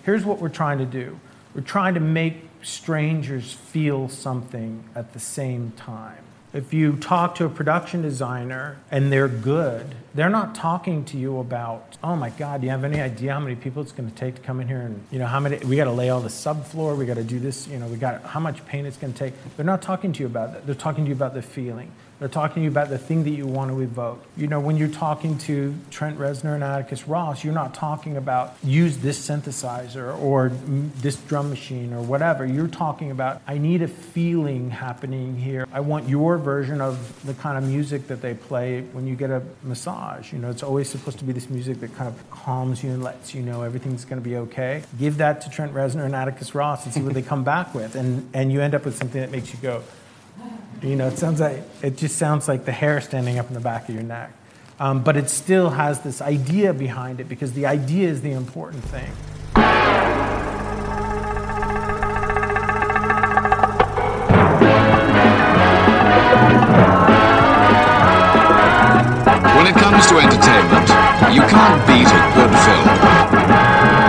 Here's what we're trying to do. We're trying to make strangers feel something at the same time. If you talk to a production designer and they're good, they're not talking to you about, oh my God, do you have any idea how many people it's going to take to come in here and, how many, we got to lay all the subfloor, we got to do this, we got how much paint it's going to take. They're not talking to you about that. They're talking to you about the feeling. They're talking to you about the thing that you want to evoke. When you're talking to Trent Reznor and Atticus Ross, you're not talking about use this synthesizer or this drum machine or whatever. You're talking about, I need a feeling happening here. I want your version of the kind of music that they play when you get a massage. It's always supposed to be this music that kind of calms you and lets you know everything's going to be okay. Give that to Trent Reznor and Atticus Ross and see what they come back with. And you end up with something that makes you go, it just sounds like the hair standing up in the back of your neck. But it still has this idea behind it because the idea is the important thing. When it comes to entertainment, you can't beat a good film.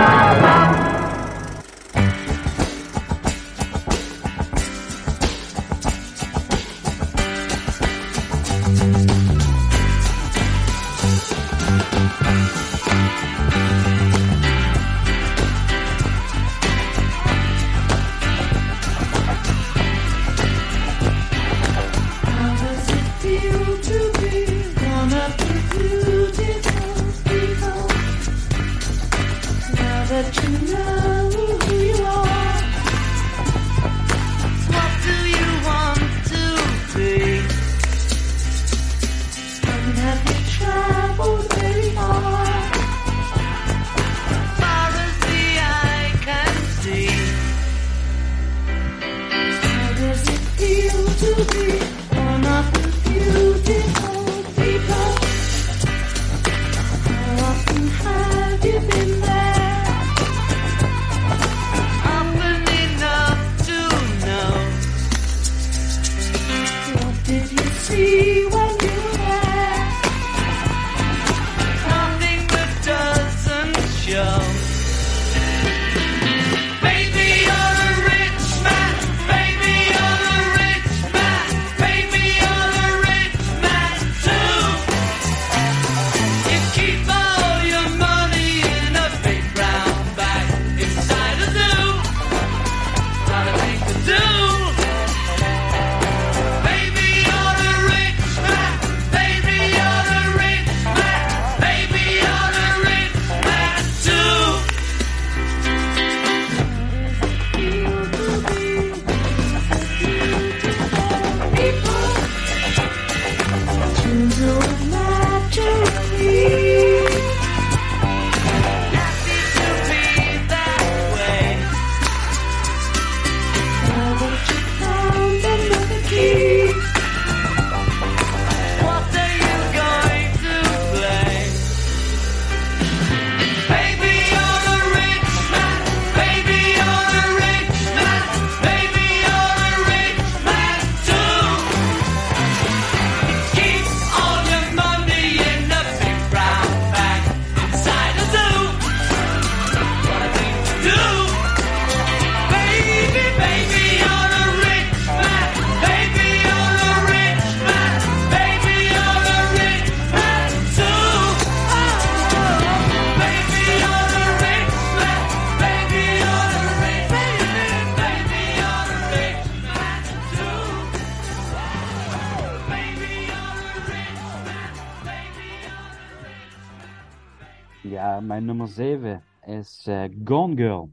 Ja, mijn nummer 7 is Gone Girl.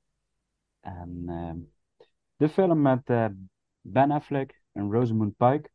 En de film met Ben Affleck en Rosamund Pike.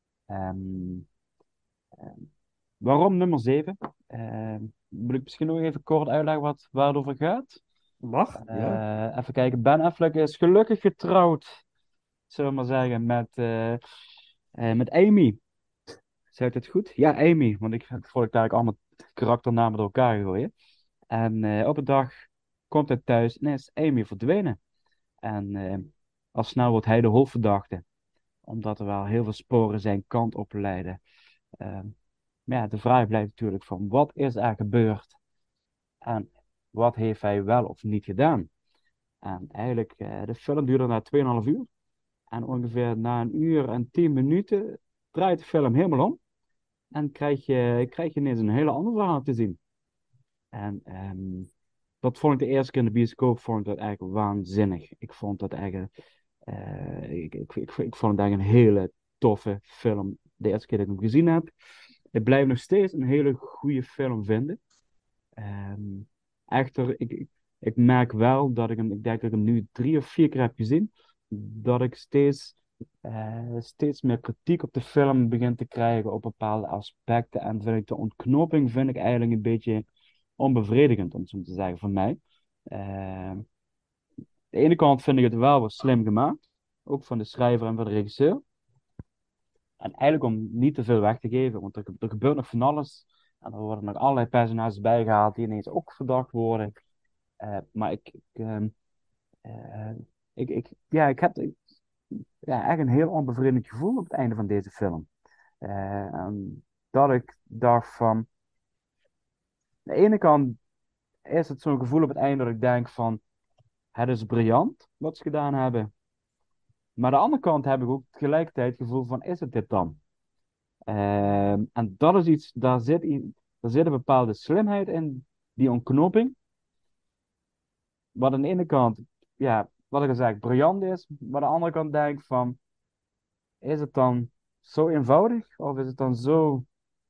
Waarom nummer 7? Moet ik misschien nog even kort uitleggen waar het over gaat? Mag, ja. Even kijken, Ben Affleck is gelukkig getrouwd, zullen we maar zeggen, met Amy. Zeg het goed? Ja, Amy, want ik vond ik eigenlijk allemaal karakternamen door elkaar gooien. En op een dag komt hij thuis en is Amy verdwenen. En al snel wordt hij de hoofdverdachte, omdat er wel heel veel sporen zijn kant op leiden. Maar ja, de vraag blijft natuurlijk van, wat is er gebeurd? En wat heeft hij wel of niet gedaan. En eigenlijk, de film duurde na 2,5 uur. En ongeveer na 1 uur en 10 minuten draait de film helemaal om. En krijg je ineens een hele andere verhaal te zien. En dat vond ik de eerste keer in de bioscoop vond ik dat eigenlijk waanzinnig. Ik vond dat eigenlijk, ik vond het eigenlijk een hele toffe film. De eerste keer dat ik hem gezien heb. Ik blijf nog steeds een hele goede film vinden. Ehm, Echter, ik merk wel dat ik denk dat ik hem nu 3 of 4 keer heb gezien, dat ik steeds meer kritiek op de film begin te krijgen op bepaalde aspecten. En vind ik de ontknoping vind ik eigenlijk een beetje onbevredigend, om het zo te zeggen, voor mij. Aan de ene kant vind ik het wel wat slim gemaakt, ook van de schrijver en van de regisseur. En eigenlijk om niet te veel weg te geven, want er gebeurt nog van alles. En er worden nog allerlei personages bijgehaald die ineens ook verdacht worden. Maar ik heb echt een heel onbevredigend gevoel op het einde van deze film. En dat ik dacht van, aan de ene kant is het zo'n gevoel op het einde dat ik denk van, het is briljant wat ze gedaan hebben. Maar aan de andere kant heb ik ook tegelijkertijd het gevoel van, is het dit dan? En dat is iets, daar zit een bepaalde slimheid in, die ontknoping. Wat aan de ene kant, ja, wat ik al zei, briljant is. Maar aan de andere kant denk ik van, is het dan zo eenvoudig? Of is het dan zo,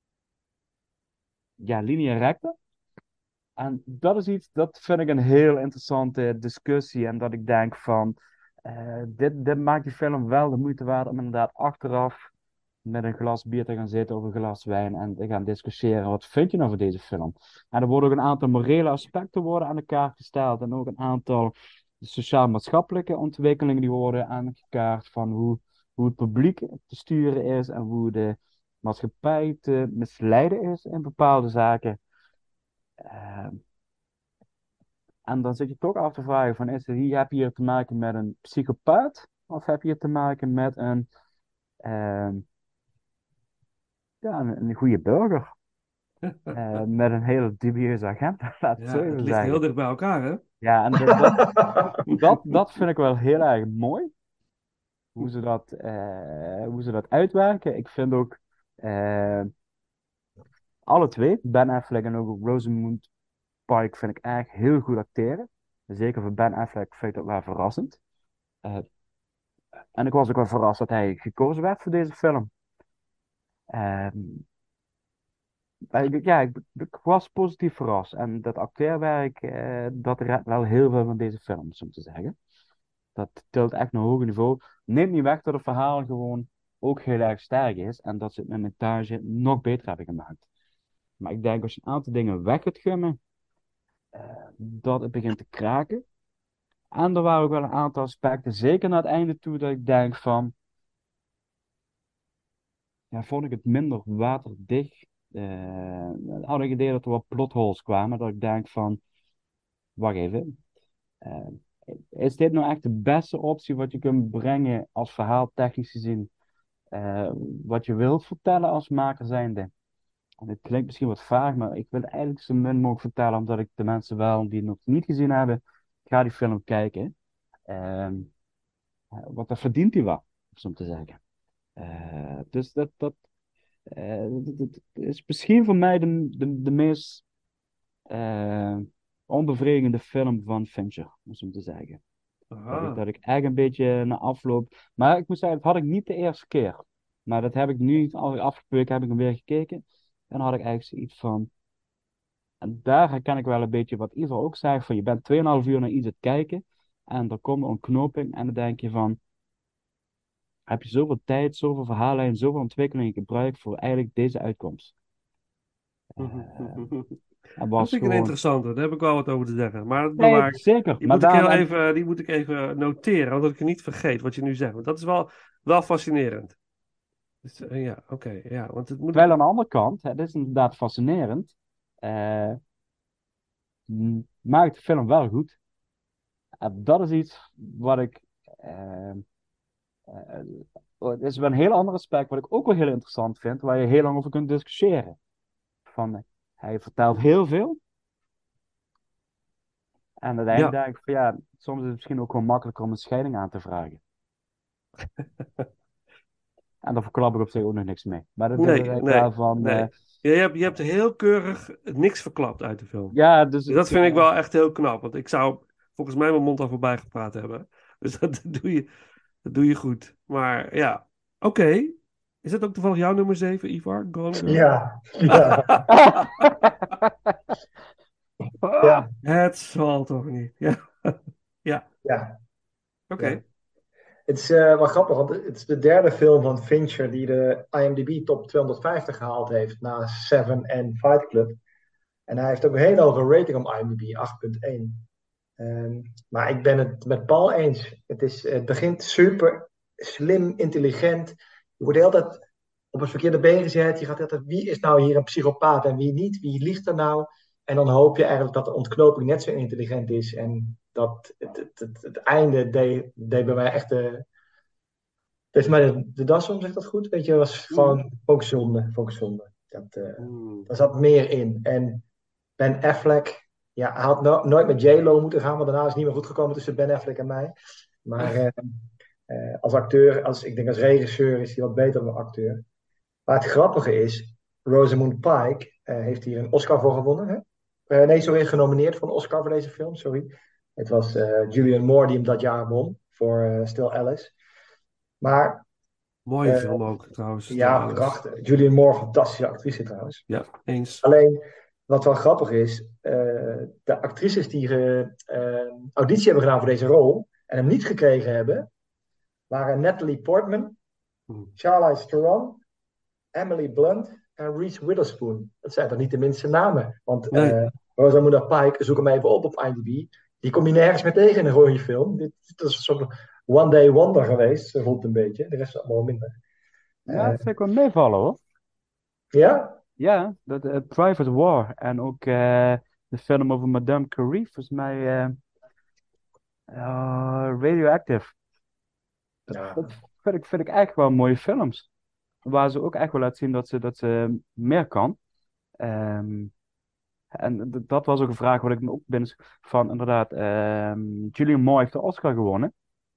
ja, lineair recte? En dat is iets, dat vind ik een heel interessante discussie. En dat ik denk van, dit maakt die film wel de moeite waard om inderdaad achteraf met een glas bier te gaan zitten of een glas wijn en te gaan discussiëren. Wat vind je nou van deze film? En er worden ook een aantal morele aspecten worden aan de kaart gesteld. En ook een aantal sociaal-maatschappelijke ontwikkelingen die worden aangekaart van hoe het publiek te sturen is en hoe de maatschappij te misleiden is in bepaalde zaken. Eh, en dan zit je toch af te vragen van, heb je hier te maken met een psychopaat? Of heb je hier te maken met eh, een goede burger? Met een hele dubieuze agent, laat het zo Ja, even het ligt zeggen. heel dicht bij elkaar, hè? Ja, en dat vind ik wel heel erg mooi. Hoe ze dat uitwerken. Ik vind ook alle twee, Ben Affleck en ook Rosamund Pike, vind ik echt heel goed acteren. Zeker voor Ben Affleck vind ik dat wel verrassend. Eh, en ik was ook wel verrast dat hij gekozen werd voor deze film. Ehm, ik was positief verrast. En dat acteerwerk, dat redt wel heel veel van deze film, om te zeggen. Dat tilt echt naar een hoger niveau. Neemt niet weg dat het verhaal gewoon ook heel erg sterk is. En dat ze het met montage nog beter hebben gemaakt. Maar ik denk als je een aantal dingen weg kunt gummen, dat het begint te kraken. En er waren ook wel een aantal aspecten, zeker naar het einde toe, dat ik denk van, ja, vond ik het minder waterdicht. Had ik het idee dat er wat plotholes kwamen, dat ik denk van, wacht even. Eh, Is dit nou echt de beste optie wat je kunt brengen als verhaal technisch gezien? Wat je wilt vertellen als maker zijnde? En het klinkt misschien wat vaag, maar ik wil eigenlijk zo min mogelijk vertellen, omdat ik de mensen wel die het nog niet gezien hebben, ga die film kijken. Ehm, Want dat verdient hij wel, om zo te zeggen. Dus dat is misschien voor mij de meest onbevredigende film van Fincher, om zo te zeggen. Aha. Dat ik echt een beetje na afloop. Maar ik moet zeggen, dat had ik niet de eerste keer. Maar dat heb ik nu, afgelopen week heb ik hem weer gekeken. En dan had ik eigenlijk zoiets van. En daar herken ik wel een beetje wat Ivo ook zei: van je bent 2,5 uur naar iets aan het kijken. En er komt een knoping. En dan denk je van. Heb je zoveel tijd, zoveel verhaallijnen, zoveel ontwikkelingen gebruikt voor eigenlijk deze uitkomst? Het Dat was vind ik een gewoon. interessante, daar heb ik wel wat over te zeggen. Maar dat Nee, bewaar ik. zeker. Die Maar moet ik heel daarom. even, die moet ik even noteren, omdat ik het niet vergeet wat je nu zegt. Want dat is wel fascinerend. Dus, ja, oké, ja, want het moet. Terwijl aan de andere kant, het is inderdaad fascinerend, maakt de film wel goed. Dat is iets wat ik. eh, eh, het is wel een heel ander aspect, wat ik ook wel heel interessant vind, waar je heel lang over kunt discussiëren. Van, hij vertelt heel veel. En uiteindelijk denk ik van ja, soms is het misschien ook wel makkelijker om een scheiding aan te vragen. En daar verklap ik op zich ook nog niks mee. Maar dat is eigenlijk wel van... nee. Je hebt heel keurig niks verklapt uit de film. Ja, dus Dat vind ik wel echt heel knap. Want ik zou volgens mij mijn mond al voorbij gepraat hebben. Dus dat doe je goed. Maar ja, oké. Is dat ook toevallig jouw nummer 7, Ivar? Gone Girl? Ja. Ja. Het zal toch niet. Ja. Ja. Oké. Ja. Het is wel grappig, want het is de derde film van Fincher die de IMDb top 250 gehaald heeft na Seven en Fight Club. En hij heeft ook een hele hoge rating op IMDb, 8,1. Maar ik ben het met Paul eens. Het begint super slim, intelligent. Je wordt de hele tijd op het verkeerde been gezet. Je gaat altijd, wie is nou hier een psychopaat en wie niet? Wie liegt er nou? En dan hoop je eigenlijk dat de ontknoping net zo intelligent is. En dat het einde deed bij mij echt heeft mij de das om, zegt dat goed? Weet je, was gewoon volkszonde. Daar zat meer in. En Ben Affleck, ja, hij had nooit met J-Lo moeten gaan, want daarna is het niet meer goed gekomen tussen Ben Affleck en mij. Maar als acteur, ik denk als regisseur, is hij wat beter dan acteur. Maar het grappige is, Rosamund Pike heeft hier een Oscar voor gewonnen. Hè? Genomineerd voor een Oscar voor deze film, sorry. Het was Julianne Moore die hem dat jaar won voor Still Alice. Maar mooie film ook, trouwens. Ja, prachtig. Julianne Moore, fantastische actrice trouwens. Ja, eens. Alleen, wat wel grappig is, de actrices die auditie hebben gedaan voor deze rol en hem niet gekregen hebben, waren Natalie Portman, Charlize Theron, Emily Blunt en Reese Witherspoon. Dat zijn toch niet de minste namen? Want Rosamund Pike, zoek hem even op IMDb, die kom je nergens meer tegen in een rode film. Dit is een soort one day wonder geweest, zo voelt het een beetje. De rest is allemaal minder. Ja, dat vind ik wel meevallen hoor. Ja? Ja, Private War en ook de film over Madame Curie, volgens mij Radioactive. Dat vind ik echt wel mooie films. Waar ze ook echt wel laten zien dat ze meer kan. En dat was ook een vraag wat ik me ook binnen van inderdaad. Julianne Moore heeft de Oscar gewonnen.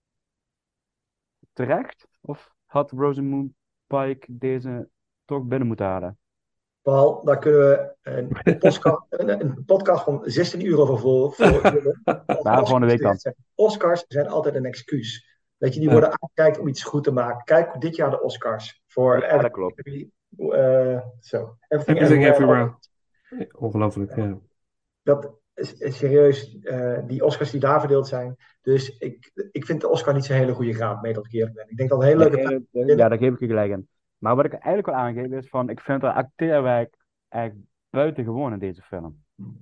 Terecht? Of had Rosamund Pike deze toch binnen moeten halen? Paul, daar kunnen we een podcast van 16 uur over vullen. Nou, volgende week dan. Oscars zijn altijd een excuus. Weet je, die worden aangekijkt om iets goed te maken. Kijk dit jaar de Oscars. Ja, dat klopt. Everything Everywhere. Ongelooflijk, ja. Dat is serieus, die Oscars die daar verdeeld zijn. Dus ik vind de Oscar niet zo'n hele goede graad, mee dat ik eerlijk ben. Ik denk dat een hele leuke... Ja, daar geef ik je gelijk in. Maar wat ik eigenlijk wil aangeven is van, ik vind haar acteerwerk echt buitengewoon in deze film.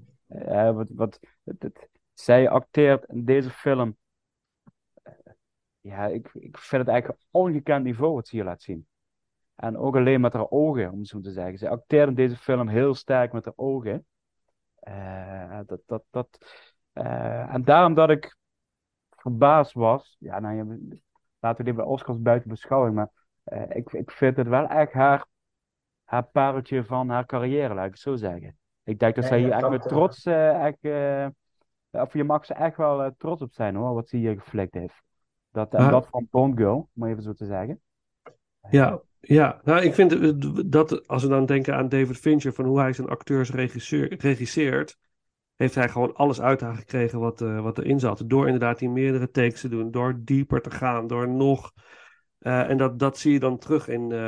Zij acteert in deze film. Ja, ik vind het eigenlijk een ongekend niveau wat ze hier laat zien. En ook alleen met haar ogen, om het zo te zeggen. Zij acteert in deze film heel sterk met haar ogen. En daarom dat ik verbaasd was. Ja, nou, laten we dit bij Oscars buiten beschouwing. Maar ik vind het wel echt haar pareltje van haar carrière, laat ik het zo zeggen. Ik denk dat zij hier echt met trots, of je mag ze echt wel trots op zijn hoor, wat ze hier geflikt heeft. Dat van Bond Girl, om even zo te zeggen. Ja, nou ik vind dat, als we dan denken aan David Fincher, van hoe hij zijn acteurs regisseert, heeft hij gewoon alles uit haar gekregen wat erin zat. Door inderdaad die meerdere takes te doen, door dieper te gaan, door nog... en dat zie je dan terug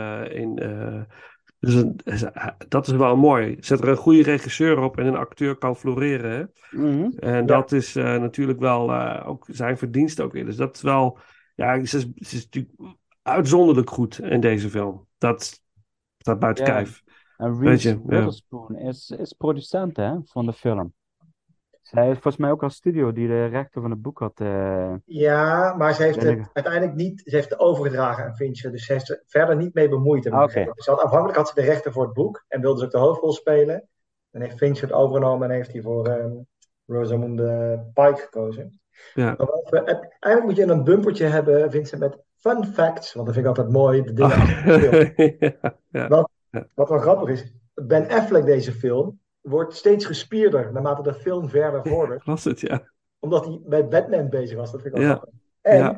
dus dat is wel mooi. Zet er een goede regisseur op en een acteur kan floreren. Hè? Mm-hmm. En dat is natuurlijk wel ook zijn verdienste ook weer. Dus dat is wel... Ja, ze is natuurlijk uitzonderlijk goed in deze film. Dat staat buiten kijf. En Reese Witherspoon is producent van de film. Zij heeft volgens mij ook als studio die de rechten van het boek had. Ja, maar ze heeft het uiteindelijk niet. Ze heeft het overgedragen aan Fincher. Dus ze heeft er verder niet mee bemoeid. Afhankelijk had ze de rechten voor het boek en wilde ze ook de hoofdrol spelen. Dan heeft Fincher het overgenomen en heeft hij voor Rosamund Pike gekozen. Ja. Eigenlijk moet je een bumpertje hebben, Vincent, met fun facts. Want dat vind ik altijd mooi. De dingen Wat wel grappig is, Ben Affleck deze film wordt steeds gespierder naarmate de film verder vordert. Was het, ja. omdat hij met Batman bezig was. Dat vind ik wel Ja, grappig. En ja.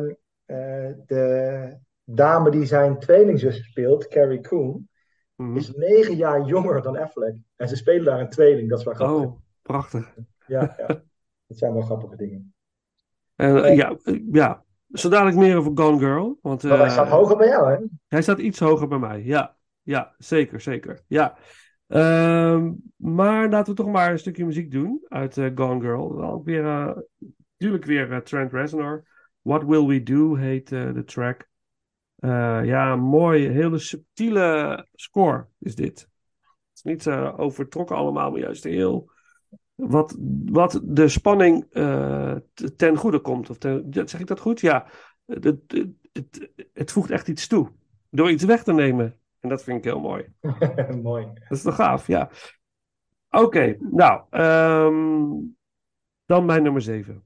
de dame die zijn tweelingzus speelt, Carrie Coon, Mhm. is 9 jaar jonger dan Affleck. En ze spelen daar een tweeling. Dat is wel grappig. Oh, prachtig. Ja. Dat zijn wel grappige dingen. Ja, zo dadelijk meer over Gone Girl. Want Maar hij staat hoger bij jou, hè? hij staat iets hoger bij mij. Ja, zeker. Ja. Maar laten we toch maar een stukje muziek doen uit Gone Girl. Wel ook weer, natuurlijk weer Trent Reznor. What Will We Do heet de track. Ja, mooi, hele subtiele score is dit. Het is niet overtrokken allemaal, maar juist heel... Wat de spanning ten goede komt. Zeg ik dat goed? Ja. Het voegt echt iets toe. Door iets weg te nemen. En dat vind ik heel mooi. Mooi. Dat is toch gaaf, ja. Oké, nou. Dan mijn nummer 7.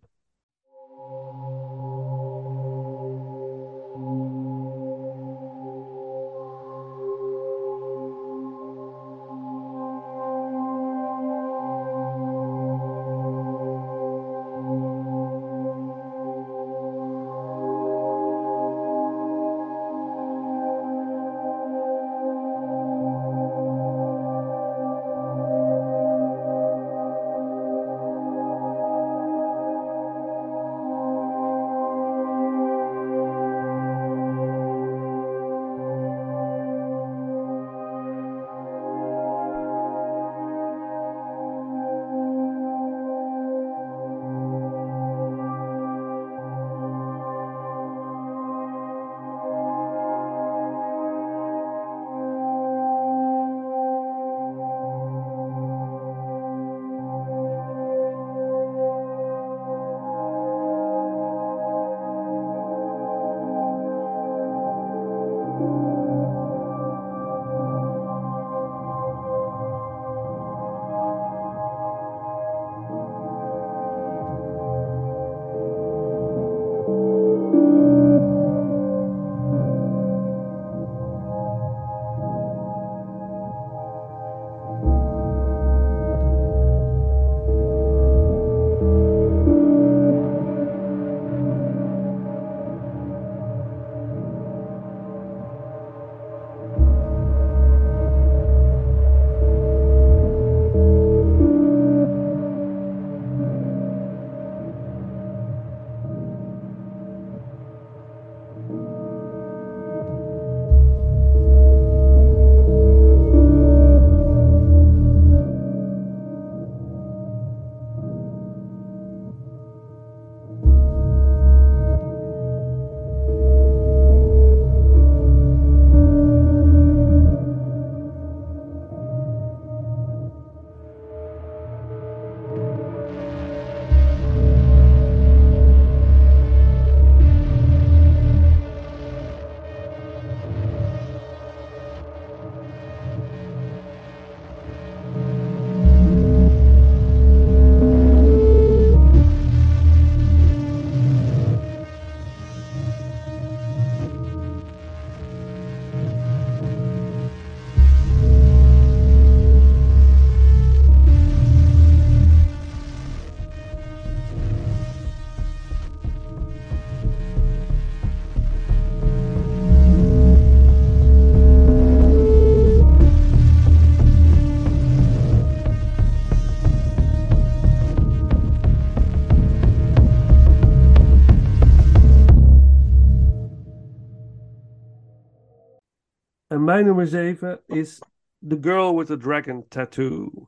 En mijn nummer 7 is The Girl with the Dragon Tattoo.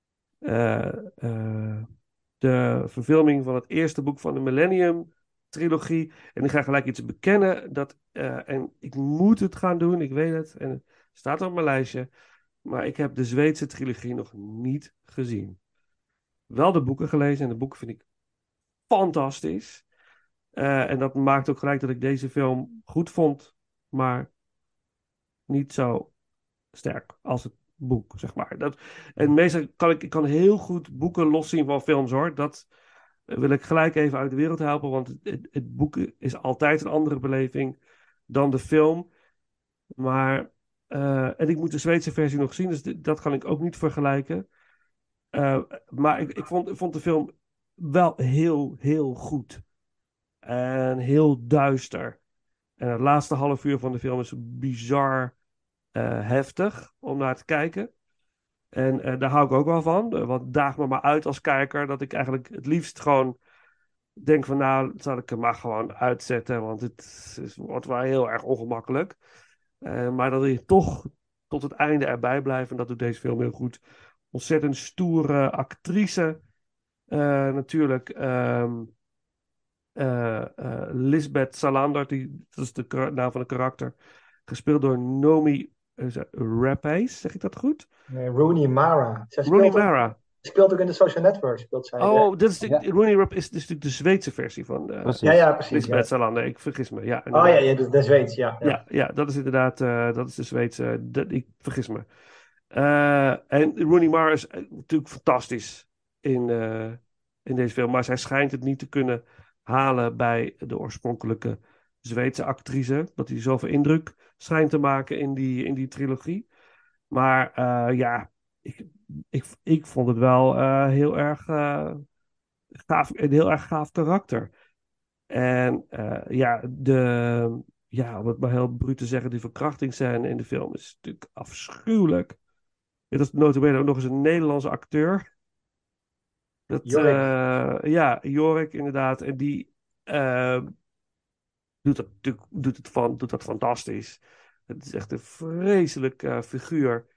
De verfilming van het eerste boek van de Millennium trilogie. En ik ga gelijk iets bekennen. En ik moet het gaan doen, ik weet het. En het staat op mijn lijstje. Maar ik heb de Zweedse trilogie nog niet gezien. Wel de boeken gelezen en de boeken vind ik fantastisch. En dat maakt ook gelijk dat ik deze film goed vond. Maar niet zo sterk als het boek, zeg maar. En meestal kan ik kan heel goed boeken loszien van films, hoor. Dat wil ik gelijk even uit de wereld helpen, want het boek is altijd een andere beleving dan de film. Maar, en ik moet de Zweedse versie nog zien, dus dat kan ik ook niet vergelijken. Maar ik vond de film wel heel, heel goed. En heel duister. En het laatste half uur van de film is bizar heftig om naar te kijken. En daar hou ik ook wel van. Want daag me maar uit als kijker. Dat ik eigenlijk het liefst gewoon denk van nou, zal ik hem maar gewoon uitzetten. Want wordt wel heel erg ongemakkelijk. Maar dan wil je toch tot het einde erbij blijven. En dat doet deze film heel goed. Ontzettend stoere actrice. Natuurlijk. Lisbeth Salander, dat is de naam van de karakter. Gespeeld door Nomi Rapace, zeg ik dat goed? Nee, Rooney Mara. Zij Rooney Mara. speelt ook in de Social Network. Speelt zij Oh, Ja, Rooney Rapace is natuurlijk de Zweedse versie van Ja, precies. ja, precies. Lisbeth Ja. Salander. Ik vergis me. Ja, Oh ja, inderdaad. ja, de Zweeds, ja. Ja. Ja, dat is inderdaad dat is de Zweedse. Ik vergis me. En Rooney Mara is natuurlijk fantastisch in deze film. Maar zij schijnt het niet te kunnen halen bij de oorspronkelijke Zweedse actrice. Dat hij zoveel indruk schijnt te maken in die trilogie. Maar ja, ik vond het wel heel erg gaaf, een heel erg gaaf karakter. En om het maar heel bruut te zeggen, die verkrachtingsscène in de film is natuurlijk afschuwelijk. Dit is nota bene ook nog eens een Nederlandse acteur. Jorik. Ja, Jorik inderdaad. En die doet dat fantastisch. Het is echt een vreselijk figuur.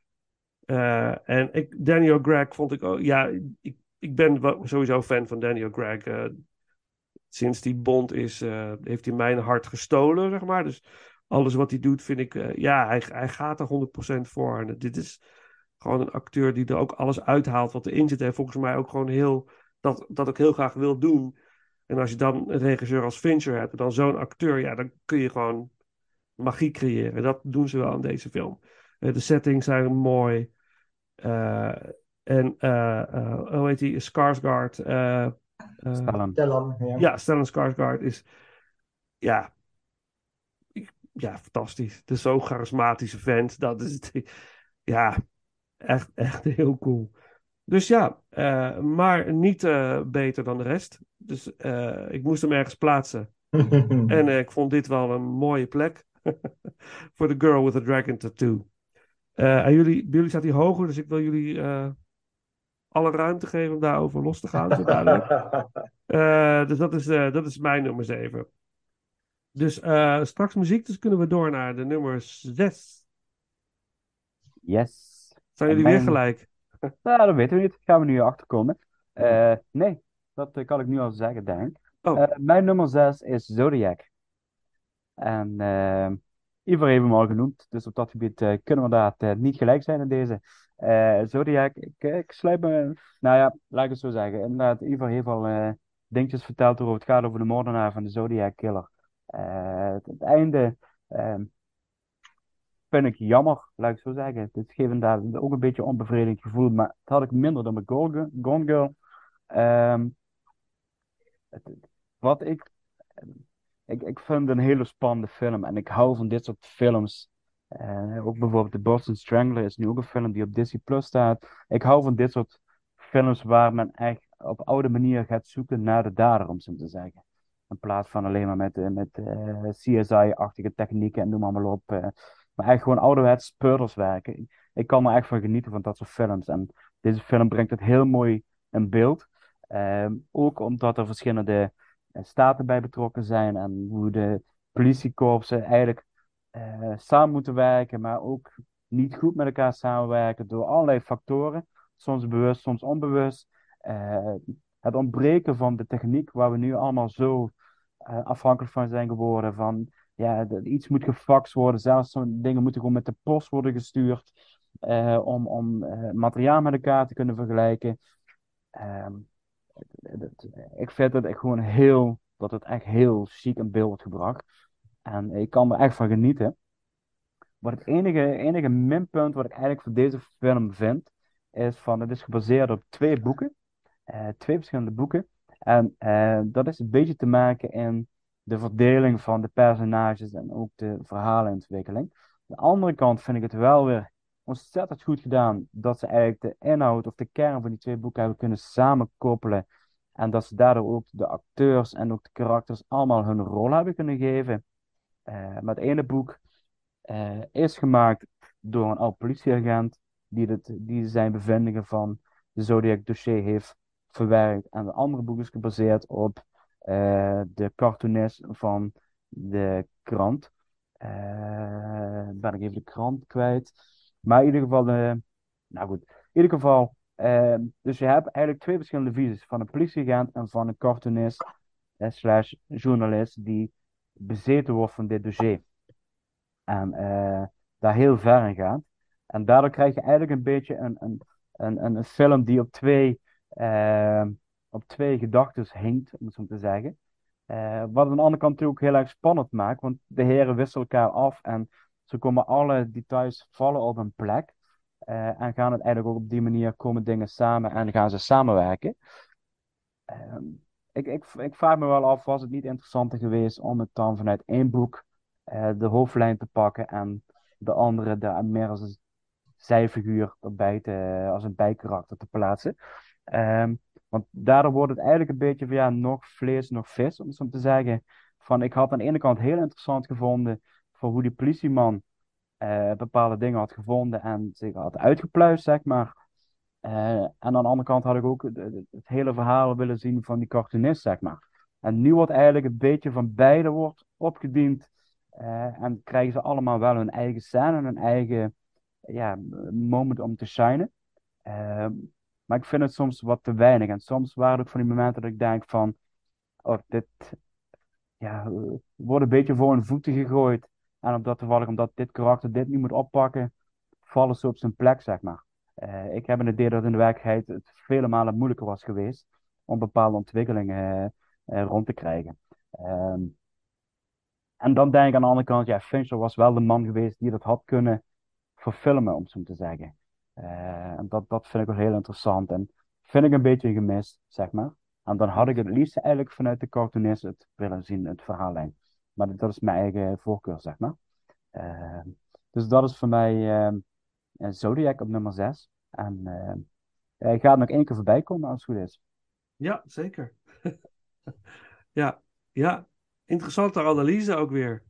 Daniel Craig vond ik ook... Ja, ik ben sowieso fan van Daniel Craig. Sinds die Bond is, heeft hij mijn hart gestolen, zeg maar. Dus alles wat hij doet, vind ik... hij gaat er 100% voor. En dit is gewoon een acteur die er ook alles uithaalt wat erin zit. En volgens mij ook gewoon dat ook heel graag wil doen. En als je dan een regisseur als Fincher hebt, en dan zo'n acteur, ja, dan kun je gewoon magie creëren. Dat doen ze wel in deze film. De settings zijn mooi. Hoe heet die? Skarsgård. Stellan. Stellan, ja. Ja, Stellan Skarsgård is ja, ja, fantastisch. Het is zo'n charismatische vent. Dat is ja, echt heel cool. Dus ja, maar niet beter dan de rest. Dus ik moest hem ergens plaatsen. En ik vond dit wel een mooie plek. Voor The Girl with the Dragon Tattoo. En bij jullie staat hij hoger, dus ik wil jullie alle ruimte geven om daarover los te gaan. Zo dadelijk. Dus dat is mijn nummer 7. Dus straks muziek, dus kunnen we door naar de nummer 6. Yes. Zijn En jullie weer mijn- gelijk? Nou, dat weten we niet. Gaan we nu achterkomen. Nee, dat kan ik nu al zeggen, denk ik. Oh, Mijn nummer 6 is Zodiac. En Ivar heeft hem al genoemd, dus op dat gebied kunnen we daar niet gelijk zijn in deze. Zodiac, ik sluit me, nou ja, laat ik het zo zeggen. Inderdaad, Ivar heeft al dingetjes verteld over het gaat over de moordenaar van de Zodiac Killer. Het einde vind ik jammer, laat ik het zo zeggen. Het geeft inderdaad ook een beetje een onbevredigend gevoel, maar het had ik minder dan met Gone Girl. Ehm, wat ik vind het een hele spannende film en ik hou van dit soort films. Ook bijvoorbeeld The Boston Strangler is nu ook een film die op Disney Plus staat. Ik hou van dit soort films waar men echt op oude manier gaat zoeken naar de dader, om zo te zeggen. In plaats van alleen maar met CSI-achtige technieken en noem maar op. Maar echt gewoon ouderwets speurders werken. Ik kan er echt van genieten van dat soort films. En deze film brengt het heel mooi in beeld. Ook omdat er verschillende staten bij betrokken zijn en hoe de politiekorpsen eigenlijk samen moeten werken, maar ook niet goed met elkaar samenwerken door allerlei factoren, soms bewust, soms onbewust. Eh, het ontbreken van de techniek waar we nu allemaal zo afhankelijk van zijn geworden, van ja, iets moet gefaxt worden, zelfs zo'n dingen moeten gewoon met de post worden gestuurd om materiaal met elkaar te kunnen vergelijken. Ehm, ik vind het echt gewoon dat het echt heel chic in beeld wordt gebracht. En ik kan er echt van genieten. Maar het enige minpunt wat ik eigenlijk voor deze film vind, is van het is gebaseerd op twee boeken. Twee verschillende boeken. En dat is een beetje te maken in de verdeling van de personages en ook de verhalenontwikkeling. Aan de andere kant vind ik het wel weer ontzettend goed gedaan dat ze eigenlijk de inhoud of de kern van die twee boeken hebben kunnen samenkoppelen En dat ze daardoor ook de acteurs en ook de karakters allemaal hun rol hebben kunnen geven. Maar het ene boek is gemaakt door een oud politieagent die zijn bevindingen van de Zodiac dossier heeft verwerkt. En het andere boek is gebaseerd op de cartoonist van de krant. Ben ik even de krant kwijt. Maar in ieder geval, nou goed, in ieder geval, dus je hebt eigenlijk twee verschillende visies van een politieagent en van een cartoonist slash journalist die bezeten wordt van dit dossier. En daar heel ver in gaat. En daardoor krijg je eigenlijk een beetje een film die op twee gedachten hinkt, om het zo te zeggen. Wat aan de andere kant natuurlijk heel erg spannend maakt, want de heren wisselen elkaar af en ze komen alle details vallen op een plek. En gaan het eigenlijk ook op die manier komen dingen samen en gaan ze samenwerken. Ehm, ik vraag me wel af, was het niet interessanter geweest om het dan vanuit één boek de hoofdlijn te pakken en de andere daar meer als een zijfiguur erbij als een bijkarakter te plaatsen. Want daardoor wordt het eigenlijk een beetje van ja, nog vlees, nog vis, om het zo te zeggen. Van, ik had aan de ene kant heel interessant gevonden voor hoe die politieman bepaalde dingen had gevonden en zich had uitgepluist, zeg maar. En aan de andere kant had ik ook het hele verhaal willen zien van die cartoonist, zeg maar. En nu wordt eigenlijk een beetje van beide wordt opgediend. En krijgen ze allemaal wel hun eigen scène en hun eigen ja, moment om te shinen. Maar ik vind het soms wat te weinig. En soms waren het ook van die momenten dat ik denk van... Oh, dit wordt een beetje voor hun voeten gegooid. En omdat dit karakter dit niet moet oppakken, vallen ze op zijn plek, zeg maar. Ik heb een idee dat in de werkelijkheid het vele malen moeilijker was geweest om bepaalde ontwikkelingen rond te krijgen. En dan denk ik aan de andere kant, ja, Fincher was wel de man geweest die dat had kunnen verfilmen, om het zo te zeggen. En dat vind ik wel heel interessant en vind ik een beetje gemist, zeg maar. En dan had ik het liefst eigenlijk vanuit de cartoonist het willen zien, het verhaallijn. Maar dat is mijn eigen voorkeur, zeg maar. Dus dat is voor mij Zodiac op nummer 6. En ik ga er nog één keer voorbij komen als het goed is. Ja, zeker. Ja, ja. Interessante analyse ook weer.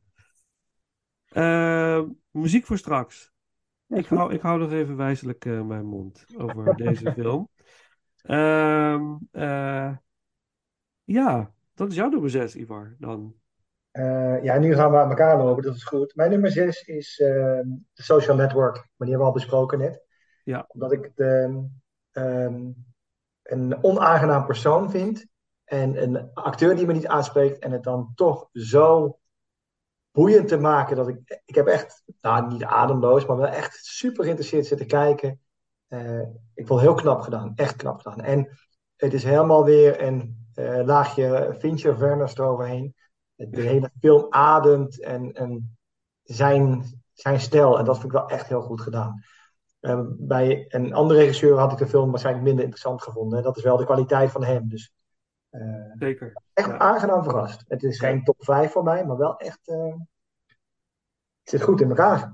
Muziek voor straks. Ja, Ik hou nog even wijselijk mijn mond over deze film. Ehm, eh, ja, dat is jouw nummer 6, Ivar. Dan. Ja, nu gaan we aan elkaar lopen, dat is goed. Mijn nummer 6 is The Social Network, maar die hebben we al besproken net. Ja. Omdat ik het een onaangenaam persoon vind en een acteur die me niet aanspreekt en het dan toch zo boeiend te maken dat ik heb echt, nou niet ademloos, maar wel echt super geïnteresseerd zitten kijken. Ik vond het heel knap gedaan, echt knap gedaan. En het is helemaal weer een laagje Fincher Werners eroverheen. De hele film ademt en zijn stijl. En dat vind ik wel echt heel goed gedaan. Bij een andere regisseur had ik de film waarschijnlijk minder interessant gevonden. En dat is wel de kwaliteit van hem. Dus Zeker. echt Ja. aangenaam verrast. Het is geen top 5 voor mij, maar wel echt... het zit goed in elkaar.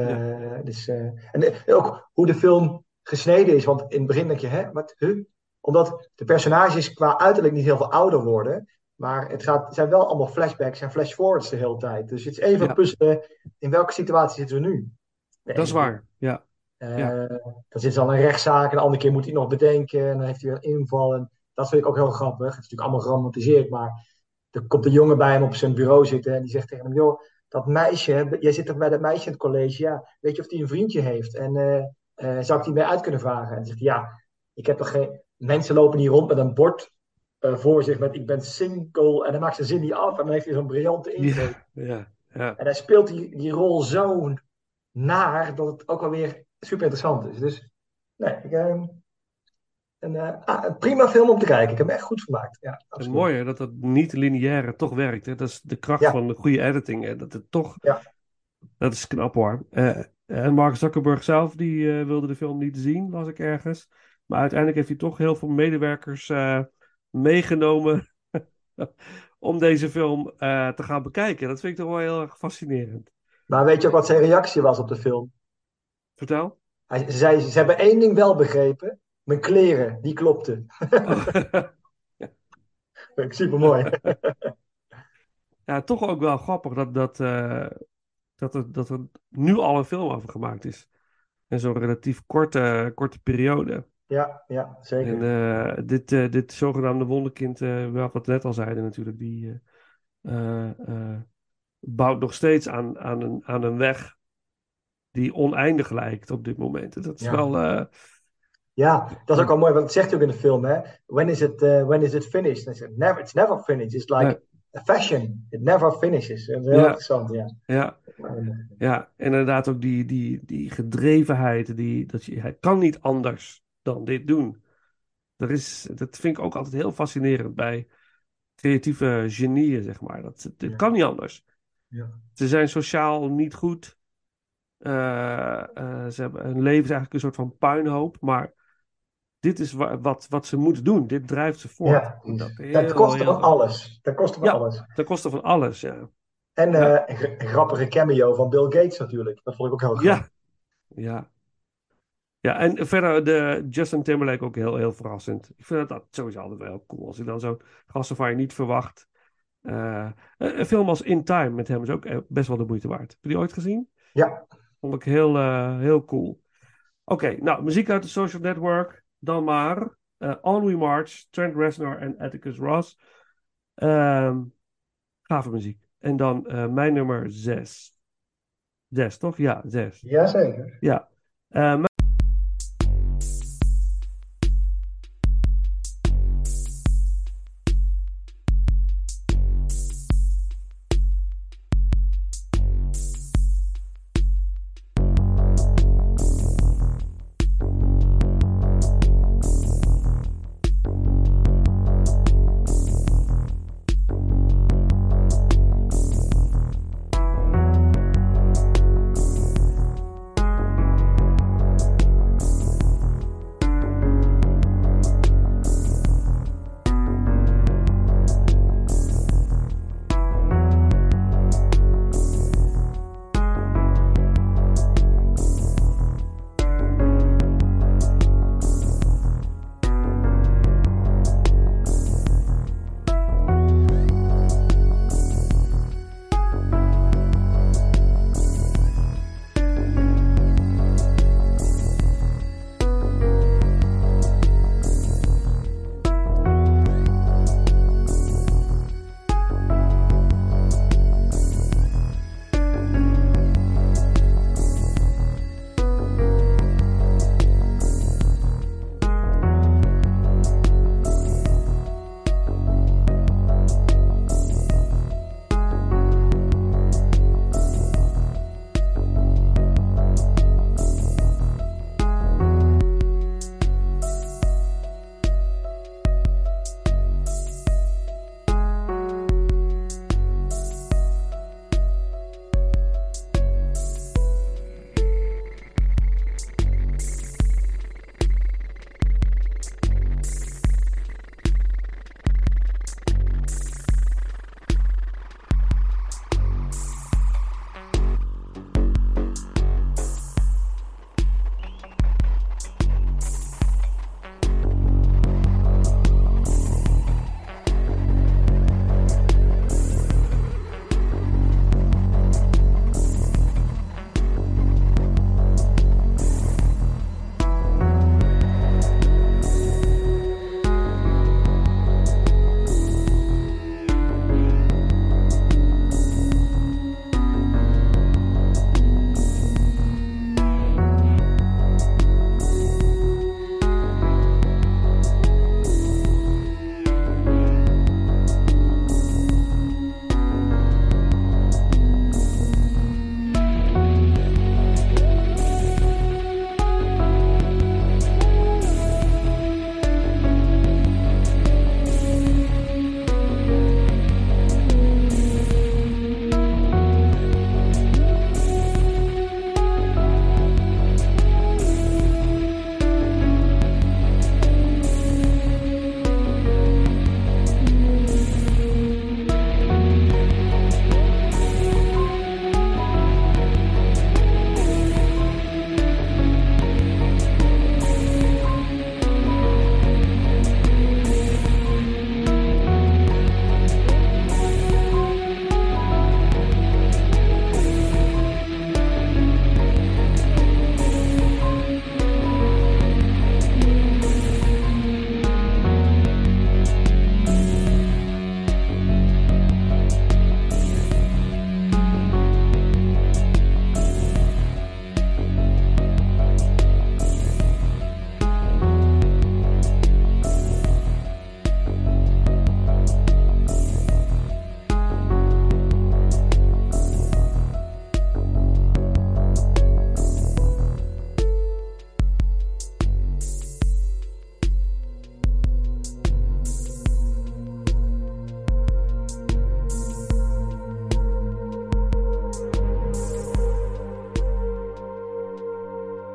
En ook hoe de film gesneden is. Want in het begin denk je, hè, wat? Omdat de personages qua uiterlijk niet heel veel ouder worden. Maar het zijn wel allemaal flashbacks en flashforwards de hele tijd. Dus het is even puzzelen in welke situatie zitten we nu. Dat is waar, ja. Dan zit ze al in een rechtszaak en de andere keer moet hij nog bedenken. En dan heeft hij weer een inval. En dat vind ik ook heel grappig. Het is natuurlijk allemaal geromantiseerd. Maar er komt een jongen bij hem op zijn bureau zitten. En die zegt tegen hem, joh, dat meisje, jij zit toch bij dat meisje in het college. Ja, weet je of die een vriendje heeft? En zou ik die mee uit kunnen vragen? En dan zegt hij, ja, ik heb toch geen... Mensen lopen hier rond met een bord voor zich met ik ben single. En dan maakt zijn zin niet af. En dan heeft hij zo'n briljante ingreep. Ja. En hij speelt die rol zo naar dat het ook alweer super interessant is. Dus nee, een prima film om te kijken. Ik heb hem echt goed gemaakt. Ja, Het mooie dat dat niet lineaire toch werkt. Hè? Dat is de kracht van de goede editing. Hè? Dat het toch... Ja. Dat is knap hoor. En Mark Zuckerberg zelf, die wilde de film niet zien, las ik ergens. Maar uiteindelijk heeft hij toch heel veel medewerkers meegenomen om deze film te gaan bekijken. Dat vind ik toch wel heel erg fascinerend. Maar weet je ook wat zijn reactie was op de film? Vertel. Ze zei, ze hebben één ding wel begrepen. Mijn kleren, die klopten. Vind ik super mooi. Ja, toch ook wel grappig dat er nu al een film over gemaakt is. In zo'n relatief korte periode. Ja, zeker. En dit zogenaamde wonderkind, wat we net al zeiden natuurlijk, die bouwt nog steeds aan een weg die oneindig lijkt op dit moment. Dat is Ja. wel... Ja, dat is ook wel mooi, want dat zegt hij ook in de film, hè? When is it finished? En hij zegt, never, it's never finished. It's like a fashion. It never finishes. Dat is heel interessant, ja. Ja, inderdaad ook die gedrevenheid, hij kan niet anders dan dit doen. Dat vind ik ook altijd heel fascinerend bij creatieve genieën, zeg maar. Dit kan niet anders. Ja. Ze zijn sociaal niet goed. Ze hebben, hun leven is eigenlijk een soort van puinhoop, maar dit is wat ze moeten doen. Dit drijft ze voort. Ja, Dat kost van alles. Dat kost van alles. Dat kostte van alles, ja. En een grappige cameo van Bill Gates natuurlijk. Dat vond ik ook heel grappig. Ja, en verder de Justin Timberlake ook heel, heel verrassend. Ik vind dat sowieso altijd wel heel cool. Als je dan zo'n gast van je niet verwacht. Een film als In Time met hem is ook best wel de moeite waard. Heb je die ooit gezien? Ja. Vond ik heel cool. Oké, nou, muziek uit de Social Network. Dan maar On We March, Trent Reznor en Atticus Ross. Gave muziek. En dan mijn nummer 6. 6, toch? Ja, 6. Jazeker. Ja.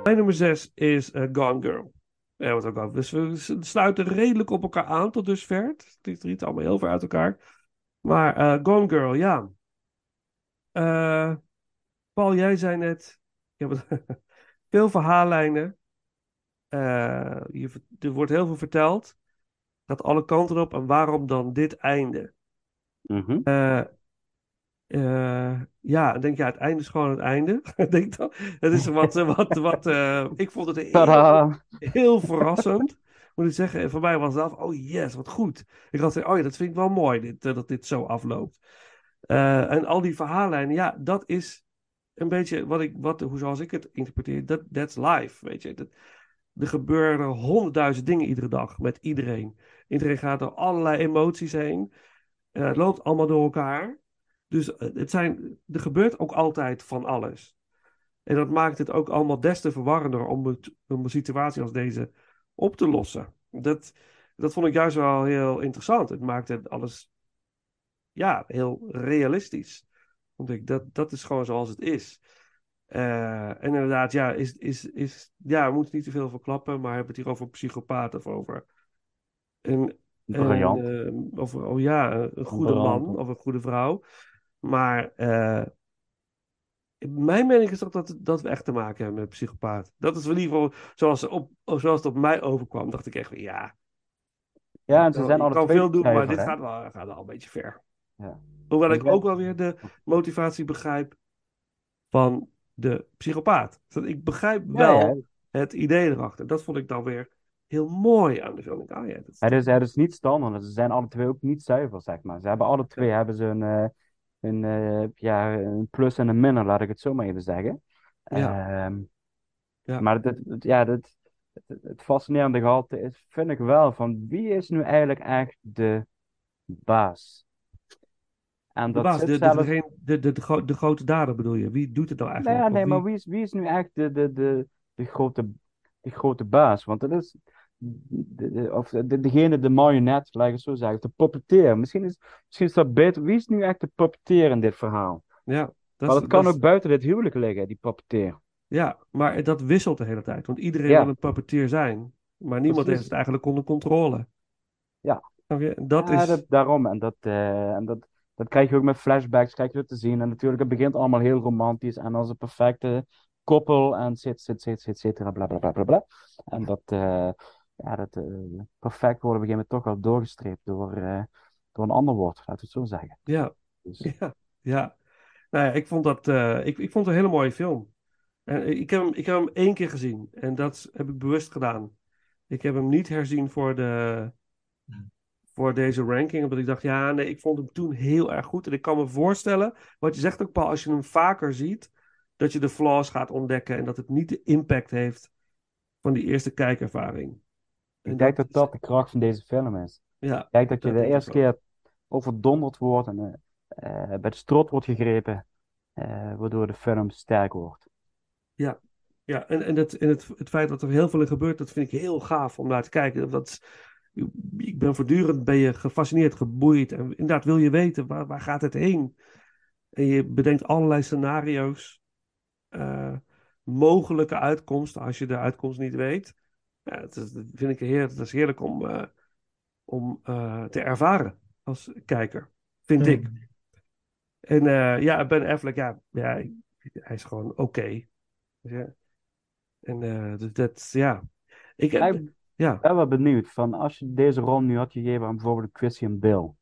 Mijn nummer 6 is Gone Girl. Ja, wat ook al. Dus we sluiten redelijk op elkaar aan tot dusver. Het ligt niet allemaal heel ver uit elkaar. Maar Gone Girl, ja. Paul, jij zei net, je hebt veel verhaallijnen. Er wordt heel veel verteld. Gaat alle kanten op. En waarom dan dit einde? Mhm. Ja, denk je, het einde is gewoon het einde. Denk dan. Het is ik vond het Tadaa! heel verrassend. Moet ik zeggen, voor mij was dat, oh yes, wat goed. Ik had gezegd, oh ja, dat vind ik wel mooi, dat dit zo afloopt. En al die verhaallijnen, ja, dat is een beetje zoals ik het interpreteer, that's life, weet je. Er gebeuren 100.000 dingen iedere dag met iedereen. Iedereen gaat door allerlei emoties heen. Het loopt allemaal door elkaar. Dus er gebeurt ook altijd van alles. En dat maakt het ook allemaal des te verwarrender om een situatie als deze op te lossen. Dat vond ik juist wel heel interessant. Het maakt het alles heel realistisch. Vond ik. Dat is gewoon zoals het is. En inderdaad, we moeten niet te veel verklappen, maar we hebben het hier over een psychopaat of over Briljant. een goede man Briljant. of een goede vrouw. Maar mijn mening is toch dat we echt te maken hebben met een psychopaat. Dat is in ieder geval zoals het op mij overkwam, dacht ik echt van ja. Ja, en ze zijn Je alle kan twee veel doen, maar zuiver, dit hè? gaat wel een beetje ver. Ja. Hoewel Dus ik ook wel weer de motivatie begrijp van de psychopaat. Dus ik begrijp wel ja. het idee erachter. Dat vond ik dan weer heel mooi aan de film. Het is niet standaard. Ze zijn alle twee ook niet zuiver, zeg maar. Ze hebben alle twee hebben ze een plus en een minder, laat ik het zo maar even zeggen. Ja. Maar het fascinerende gehalte is, vind ik wel, van wie is nu eigenlijk echt de baas? En De dat baas, zit zelfs... de grote dader bedoel je. Wie doet het nou Nee, eigenlijk? nee, maar wie is nu echt de grote baas? Want dat is degene, de marionet, laat ik het zo zeggen, de puppeteer. Misschien is dat beter. Wie is nu echt de puppeteer in dit verhaal? Ja, Maar dat kan ook buiten dit huwelijk liggen, die puppeteer. Ja, maar dat wisselt de hele tijd. Want iedereen Ja. wil een puppeteer zijn. Maar niemand Precies. heeft het eigenlijk onder controle. Ja. Snap je? Daarom. En dat krijg je ook met flashbacks, krijg je dat te zien. En natuurlijk, het begint allemaal heel romantisch en als een perfecte koppel en et cetera, bla bla bla bla bla. En dat perfect wordt op een gegeven moment toch wel doorgestreept door een ander woord, laten we het zo zeggen. Ja. Dus, Ja. Nou ja, ik vond ik vond het een hele mooie film. En ik heb hem 1 keer gezien. En dat heb ik bewust gedaan. Ik heb hem niet herzien voor deze ranking. Omdat ik dacht, ja, nee, ik vond hem toen heel erg goed. En ik kan me voorstellen, wat je zegt ook, Paul, als je hem vaker ziet, dat je de flaws gaat ontdekken. En dat het niet de impact heeft van die eerste kijkervaring. ik denk dat dat de kracht van deze film is. Ja, Ik denk dat je dat de denk eerste ik ook. keer overdonderd wordt en bij de strot wordt gegrepen, waardoor de film sterk wordt. Ja, en het feit dat er heel veel in gebeurt, dat vind ik heel gaaf om naar te kijken. Ik ben voortdurend gefascineerd, geboeid. En inderdaad wil je weten, waar gaat het heen? En je bedenkt allerlei scenario's. Mogelijke uitkomsten, als je de uitkomst niet weet. Ja, dat vind ik heerlijk. Het is heerlijk om te ervaren als kijker, vind ik. En Ben Affleck, hij is gewoon oké. Ja. En Ik Ik ben wel benieuwd van als je deze rol nu had gegeven aan bijvoorbeeld Christian Bale.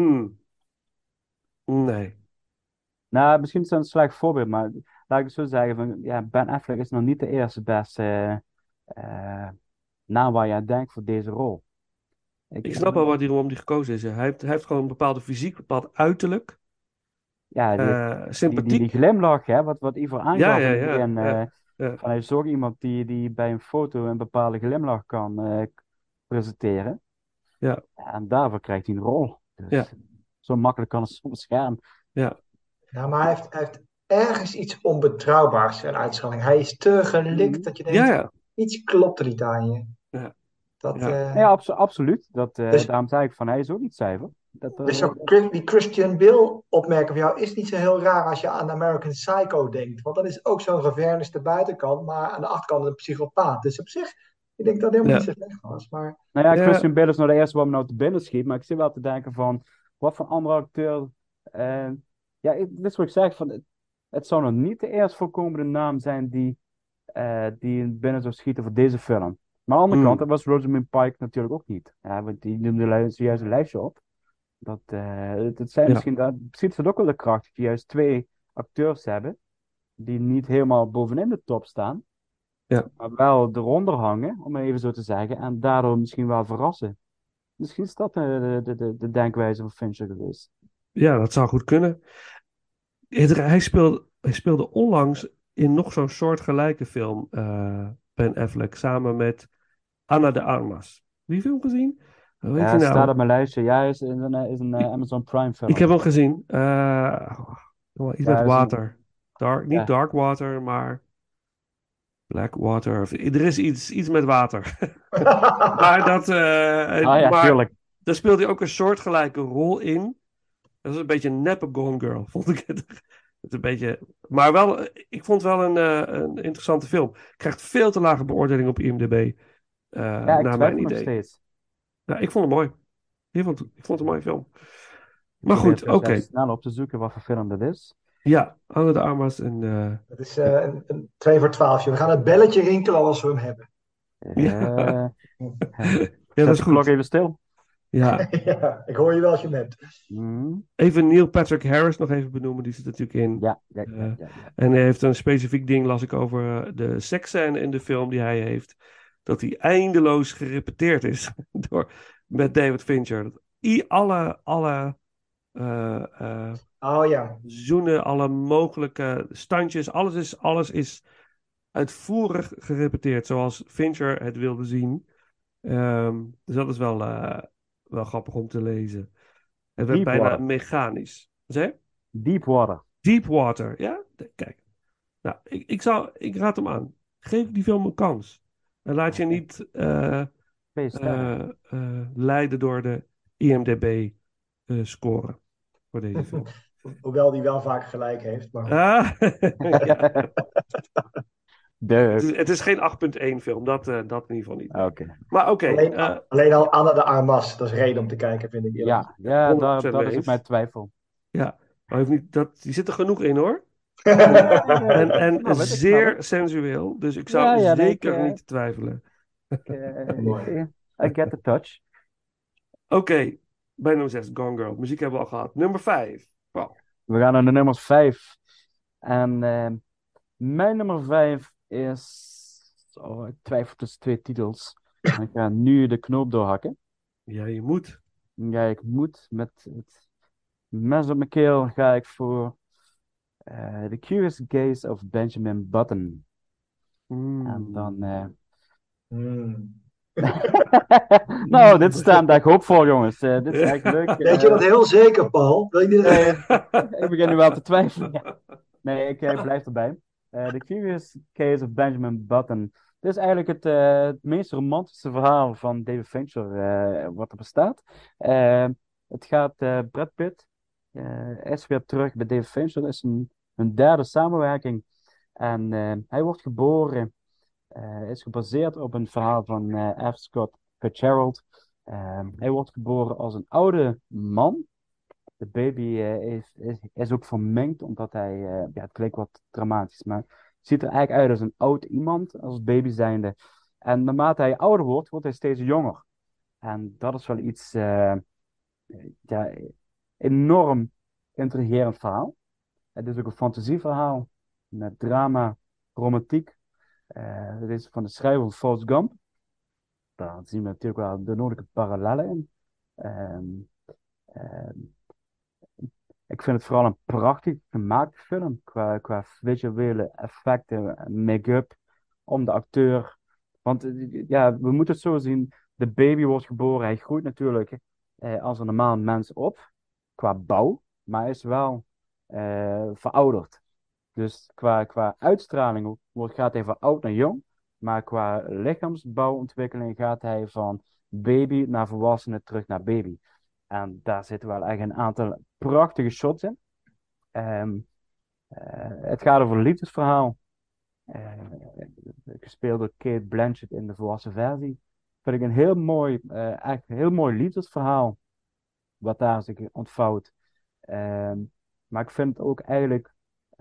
Nee. Nou, misschien is dat een slecht voorbeeld, maar laat ik het zo zeggen van Ben Affleck is nog niet de eerste beste naam waar je aan denkt voor deze rol. Ik snap wel waarom die gekozen is. Hij heeft gewoon een bepaalde fysiek, een bepaald uiterlijk. Ja, sympathiek. Die glimlach, hè, wat Ivo aangaf. Ja. Van hij is ook iemand die bij een foto een bepaalde glimlach kan presenteren. Ja. En daarvoor krijgt hij een rol. Dus zo makkelijk kan het soms gaan. Ja. Ja, maar hij heeft ergens iets onbetrouwbaars in uitstraling. Hij is te gelikt dat je denkt, iets klopt er niet aan je. Ja, absoluut. Dus daarom zei ik van hij is ook niet zuiver. Dat, Dus die Christian Bale opmerking van jou is niet zo heel raar als je aan American Psycho denkt. Want dat is ook zo'n geverniste buitenkant, maar aan de achterkant een psychopaat. Dus op zich, ik denk dat het helemaal Ja. niet zo slecht was. Maar nou ja, Ja. Christian Bale is nou de eerste wat me nou te binnen schiet. Maar ik zit wel te denken van, wat voor andere acteur... dit is wat ik zeg, van, het zou nog niet de eerst voorkomende naam zijn die binnen zou schieten voor deze film. Maar aan de andere kant, dat was Rosamund Pike natuurlijk ook niet. Ja, want die noemde zojuist een lijstje op. Het zijn Ja. misschien zit het ook wel de kracht dat je juist twee acteurs hebben die niet helemaal bovenin de top staan, Ja. maar wel eronder hangen, om het even zo te zeggen, en daardoor misschien wel verrassen. Misschien is dat de denkwijze van Fincher geweest. Ja, dat zou goed kunnen. Hij speelde onlangs in nog zo'n soortgelijke film, Ben Affleck, samen met Ana de Armas. Die film gezien? Hoe heet Ja, die staat nou? op mijn lijstje. Ja, is een Amazon Prime film. Ik heb hem gezien. Iets met Ja, water. Niet Ja. dark water, maar black water. Er is iets met water. Maar Ja, tuurlijk. daar speelt hij ook een soortgelijke rol in. Dat is een beetje een neppe Gone Girl, vond ik het. Het een beetje, maar wel, ik vond het wel een interessante film. Krijgt veel te lage beoordeling op IMDb. Ja, ik Naar mijn twijfel nog idee. steeds. Ja, ik vond het mooi. Ik vond het een mooie film. Ik Maar probeer goed, het oké. even snel op te zoeken wat voor film dat is. Ja, Anne de Armas en... het is een 2 voor 12. We gaan het belletje rinkelen als we hem hebben. Ja. Zet Ja, dat is de klok goed. even stil. Ja. Ja, ik hoor je wel als je hem hebt. Mhm. Even Neil Patrick Harris nog even benoemen. Die zit natuurlijk in. Ja. En hij heeft een specifiek ding, las ik, over de seksscène in de film die hij heeft. Dat hij eindeloos gerepeteerd is met David Fincher. Alle Oh ja. zoenen, alle mogelijke standjes, alles is uitvoerig gerepeteerd zoals Fincher het wilde zien. Dus dat is wel grappig om te lezen. Het werd bijna Deepwater. mechanisch. Zeg je? Deepwater. Deepwater, ja? Kijk. Nou, ik raad hem aan. Geef die film een kans. En laat je niet Twee sterren. leiden door de IMDb score voor deze film. Hoewel die wel vaak gelijk heeft. Maar... Ah, ja. Dus. Het is geen 8.1 film, dat in ieder geval niet. Oké. Maar oké. Alleen al Anna de Armas, dat is reden om te kijken, vind ik. Ja, 100% dat is mee ook eens. mijn twijfel. Ja, maar heeft niet, die zit er genoeg in hoor. Ja, En ik snap zeer het. sensueel, dus ik zou Ja, nee, zeker niet twijfelen. Mooi. I get the touch. Oké, bij nummer 6, Gone Girl. Muziek hebben we al gehad. Nummer 5. Wow. We gaan naar de nummer 5. En mijn nummer 5 is... Oh, ik twijfel tussen twee titels. Ik ga nu de knoop doorhakken. Ja, je moet. Ja, ik moet met het mes op mijn keel ga ik voor The Curious Case of Benjamin Button. En dan... Nou, dit staat daar hoop voor, jongens. Dit is echt leuk. Weet je dat heel zeker, Paul? Wil je niet... Ik begin nu wel te twijfelen. Ja. Nee, ik blijf erbij. The Curious Case of Benjamin Button. Dit is eigenlijk het meest romantische verhaal van David Fincher wat er bestaat. Het gaat Brad Pitt is weer terug bij David Fincher. Dat is een derde samenwerking. En hij wordt geboren. Is gebaseerd op een verhaal van F. Scott Fitzgerald. Hij wordt geboren als een oude man. De baby is ook verminkt, omdat hij... het klinkt wat dramatisch, maar ziet er eigenlijk uit als een oud iemand, als baby zijnde. En naarmate hij ouder wordt, wordt hij steeds jonger. En dat is wel iets... enorm intrigerend verhaal. Het is ook een fantasieverhaal, met drama, romantiek. Het is van de schrijver van Forrest Gump. Daar zien we natuurlijk wel de nodige parallellen in. Ik vind het vooral een prachtig gemaakte film. Qua visuele effecten, make-up, om de acteur. Want we moeten het zo zien. De baby wordt geboren. Hij groeit natuurlijk als een normaal mens op. Qua bouw. Maar hij is wel verouderd. Dus qua uitstraling gaat hij van oud naar jong. Maar qua lichaamsbouwontwikkeling gaat hij van baby naar volwassene terug naar baby. En daar zitten wel echt een aantal prachtige shots in. Ehm, het gaat over een liefdesverhaal. Eh, gespeeld door Cate Blanchett in de volwassen versie. Vind ik een heel mooi, echt een heel mooi liefdesverhaal. Wat daar zich ontvouwt. Ehm, maar ik vind ook eigenlijk,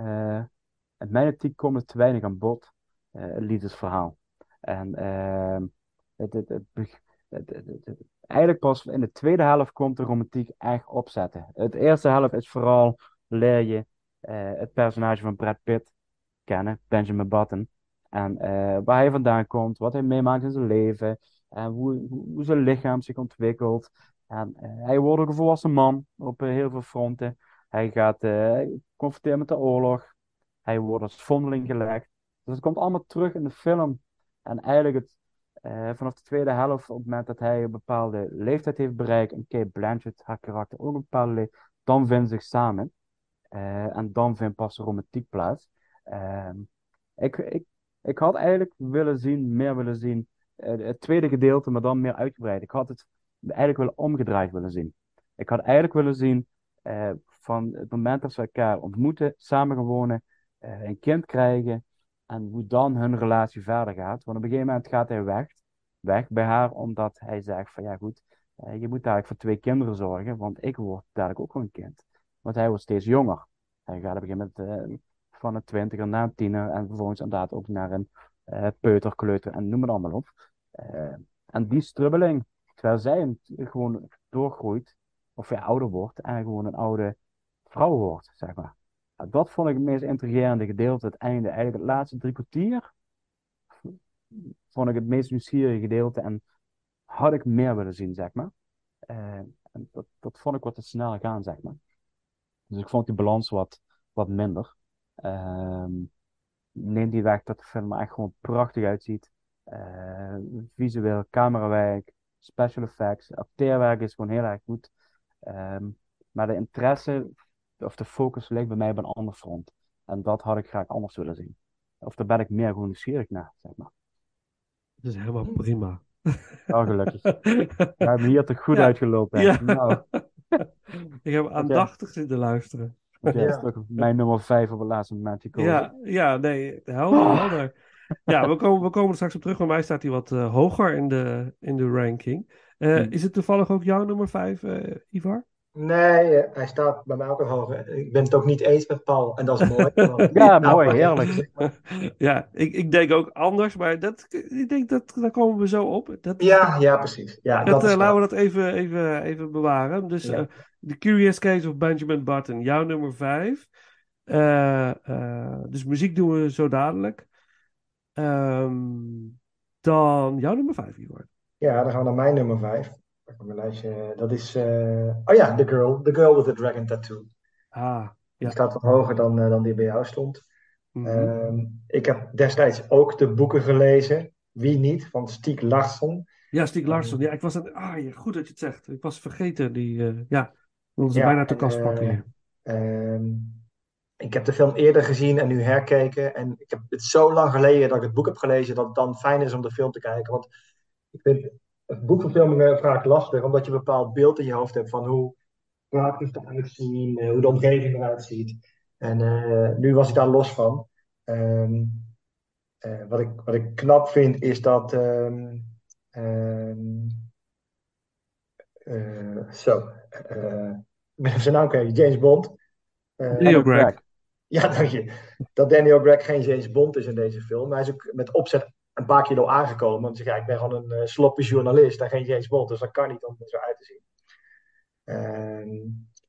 in mijn optiek komt het te weinig aan bod, het liefdesverhaal. En het, het, het, beg- eigenlijk pas in de tweede helft komt de romantiek echt opzetten. Het eerste helft is vooral leer je het personage van Brad Pitt kennen, Benjamin Button. En waar hij vandaan komt, wat hij meemaakt in zijn leven, en hoe zijn lichaam zich ontwikkelt. En hij wordt ook een volwassen man op heel veel fronten. Hij gaat confronteren met de oorlog. Hij wordt als vondeling gelegd. Dus het komt allemaal terug in de film. En eigenlijk vanaf de tweede helft, op het moment dat hij een bepaalde leeftijd heeft bereikt, en Cate Blanchett, haar karakter, ook een bepaalde leeftijd, dan vinden ze zich samen. En dan vindt pas de romantiek plaats. Ehm, ik, ik, ik had eigenlijk meer willen zien, het tweede gedeelte, maar dan meer uitgebreid. Ik had het eigenlijk willen omgedraaid willen zien. Ik had eigenlijk willen zien, van het moment dat ze elkaar ontmoeten, samen gaan wonen, een kind krijgen, en hoe dan hun relatie verder gaat. Want op een gegeven moment gaat hij weg bij haar, omdat hij zegt van ja goed, je moet dadelijk voor 2 kinderen zorgen, want ik word dadelijk ook gewoon een kind. Want hij wordt steeds jonger. Hij gaat op een gegeven moment van een 20er naar een tiener en vervolgens inderdaad ook naar een peuter, kleuter en noem het allemaal op. En die strubbeling, terwijl zij gewoon doorgroeit, of hij ouder wordt en gewoon een oude vrouw wordt, zeg maar. Ja, dat vond ik het meest intrigerende gedeelte, het einde. Eigenlijk het laatste 3 kwartier vond ik het meest nieuwsgierige gedeelte en had ik meer willen zien, zeg maar. En dat vond ik wat te snel gaan, zeg maar. Dus ik vond die balans wat minder. Ehm Neemt die weg dat de film er echt gewoon prachtig uitziet. Visueel, camerawerk, special effects, acteerwerk is gewoon heel erg goed. Ehm, maar de interesse of de focus ligt bij mij op een ander front. En dat had ik graag anders willen zien. Of daar ben ik meer gewoon nieuwsgierig naar, zeg maar. Dat is helemaal prima. Oh, gelukkig. We hebben hier toch goed Ja, uitgelopen. Hè? ja. Nou, Ik heb aandachtig zitten luisteren. want jij is Ja. toch mijn nummer 5 op het laatste moment gekozen. Ja, nee, helder, Oh. helder. Ja, we komen er straks op terug. Bij mij staat hij wat hoger in de ranking. Is het toevallig ook jouw nummer 5, Ivar? Nee, hij staat bij mij ook al hoger. Ik ben het ook niet eens met Paul. En dat is mooi. Want, Ja, nou, mooi, wat je heerlijk. zegt, Ja, ik denk ook anders, maar ik denk dat daar komen we zo op. ja, precies. Ja, dat is Laten waar. we dat even bewaren. Dus Ja. The Curious Case of Benjamin Button, jouw nummer 5. Dus muziek doen we zo dadelijk. Ehm, dan jouw nummer 5, Igor. Ja, dan gaan we naar mijn nummer 5. Pak op mijn lijstje. Dat is... oh ja, The Girl. The Girl with the Dragon Tattoo. Ah, Die ja. staat wat hoger dan die bij jou stond. Mhm. Ik heb destijds ook de boeken gelezen. Wie niet? Van Stieg Larsson. Ja, Stieg Larsson. Ja, ik was ja, goed dat je het zegt. Ik was vergeten. Ja, ik wilde ze Ja, bijna te kast pakken hier. ehm, ik heb de film eerder gezien en nu herkeken. En ik heb het zo lang geleden dat ik het boek heb gelezen, dat het dan fijn is om de film te kijken. Want ik vind het boekverfilmingen vaak lastig, omdat je een bepaald beeld in je hoofd hebt van hoe karakters eruit zien, hoe de omgeving eruit ziet. En nu was ik daar los van. Ehm, wat ik knap vind, is dat. Ehm, zo. Ik ben even zijn naam kwijt. James Bond. Daniel Craig. Ja, dank je. Dat Daniel Craig geen James Bond is in deze film. Maar hij is ook met opzet een paar keer al aangekomen. Want hij zegt, ja, ik ben gewoon een sloppy journalist en geen James Bond. Dus dat kan niet om er zo uit te zien. Ehm,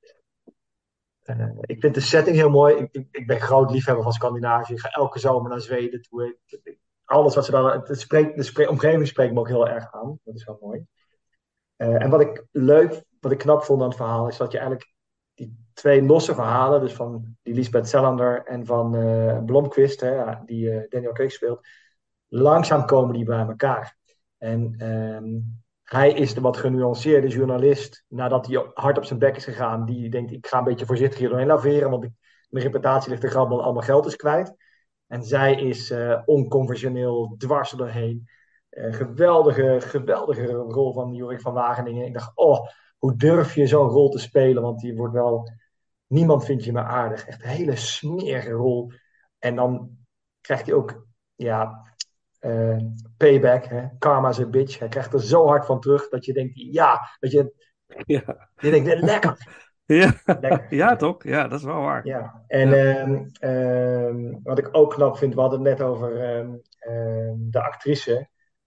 ik vind de setting heel mooi. Ik ben groot liefhebber van Scandinavië. Ik ga elke zomer naar Zweden toe. Alles wat ze dan... De omgeving spreekt me ook heel erg aan. Dat is wel mooi. En wat ik knap vond aan het verhaal, is dat je eigenlijk die 2 losse verhalen, dus van die Lisbeth Salander en van Blomqvist, hè, ja, die Daniel Craig speelt, langzaam komen die bij elkaar. En hij is de wat genuanceerde journalist, nadat hij hard op zijn bek is gegaan, die denkt, ik ga een beetje voorzichtig hier doorheen laveren, want mijn reputatie ligt er grabbel en al mijn geld is kwijt. En zij is onconventioneel dwars er doorheen. Geweldige rol van Jorik van Wageningen. Ik dacht, oh, hoe durf je zo'n rol te spelen? Want die wordt wel, niemand vindt je meer aardig. Echt een hele smerige rol. En dan krijgt hij ook, ja, eh, payback. Hè? Karma's a bitch. Hij krijgt er zo hard van terug dat je denkt, ja, dat Ja. je denkt, lekker, Ja. lekker. Ja, toch? Ja, dat is wel waar. Ja, en Ja. wat ik ook knap vind, we hadden het net over de actrice.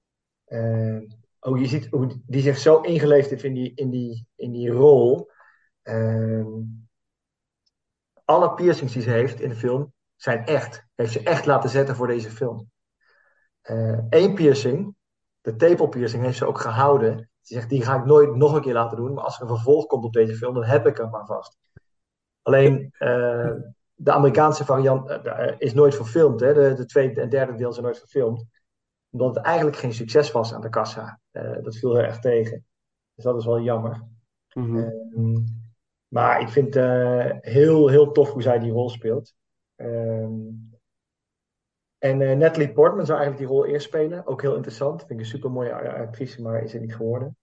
Je ziet hoe die zich zo ingeleefd heeft in die rol. Ehm, alle piercings die ze heeft in de film zijn echt. Heeft ze echt laten zetten voor deze film. Eén piercing, de tepelpiercing, heeft ze ook gehouden. Ze zegt, die ga ik nooit nog een keer laten doen. Maar als er een vervolg komt op deze film, dan heb ik hem maar vast. Alleen de Amerikaanse variant is nooit verfilmd. Hè? De tweede en derde deel zijn nooit verfilmd. Omdat het eigenlijk geen succes was aan de kassa. Dat viel heel erg tegen. Dus dat is wel jammer. Mhm. Ehm, maar ik vind heel, heel tof hoe zij die rol speelt. Ehm, en Natalie Portman zou eigenlijk die rol eerst spelen. Ook heel interessant. Vind ik een super mooie actrice, maar is het niet geworden.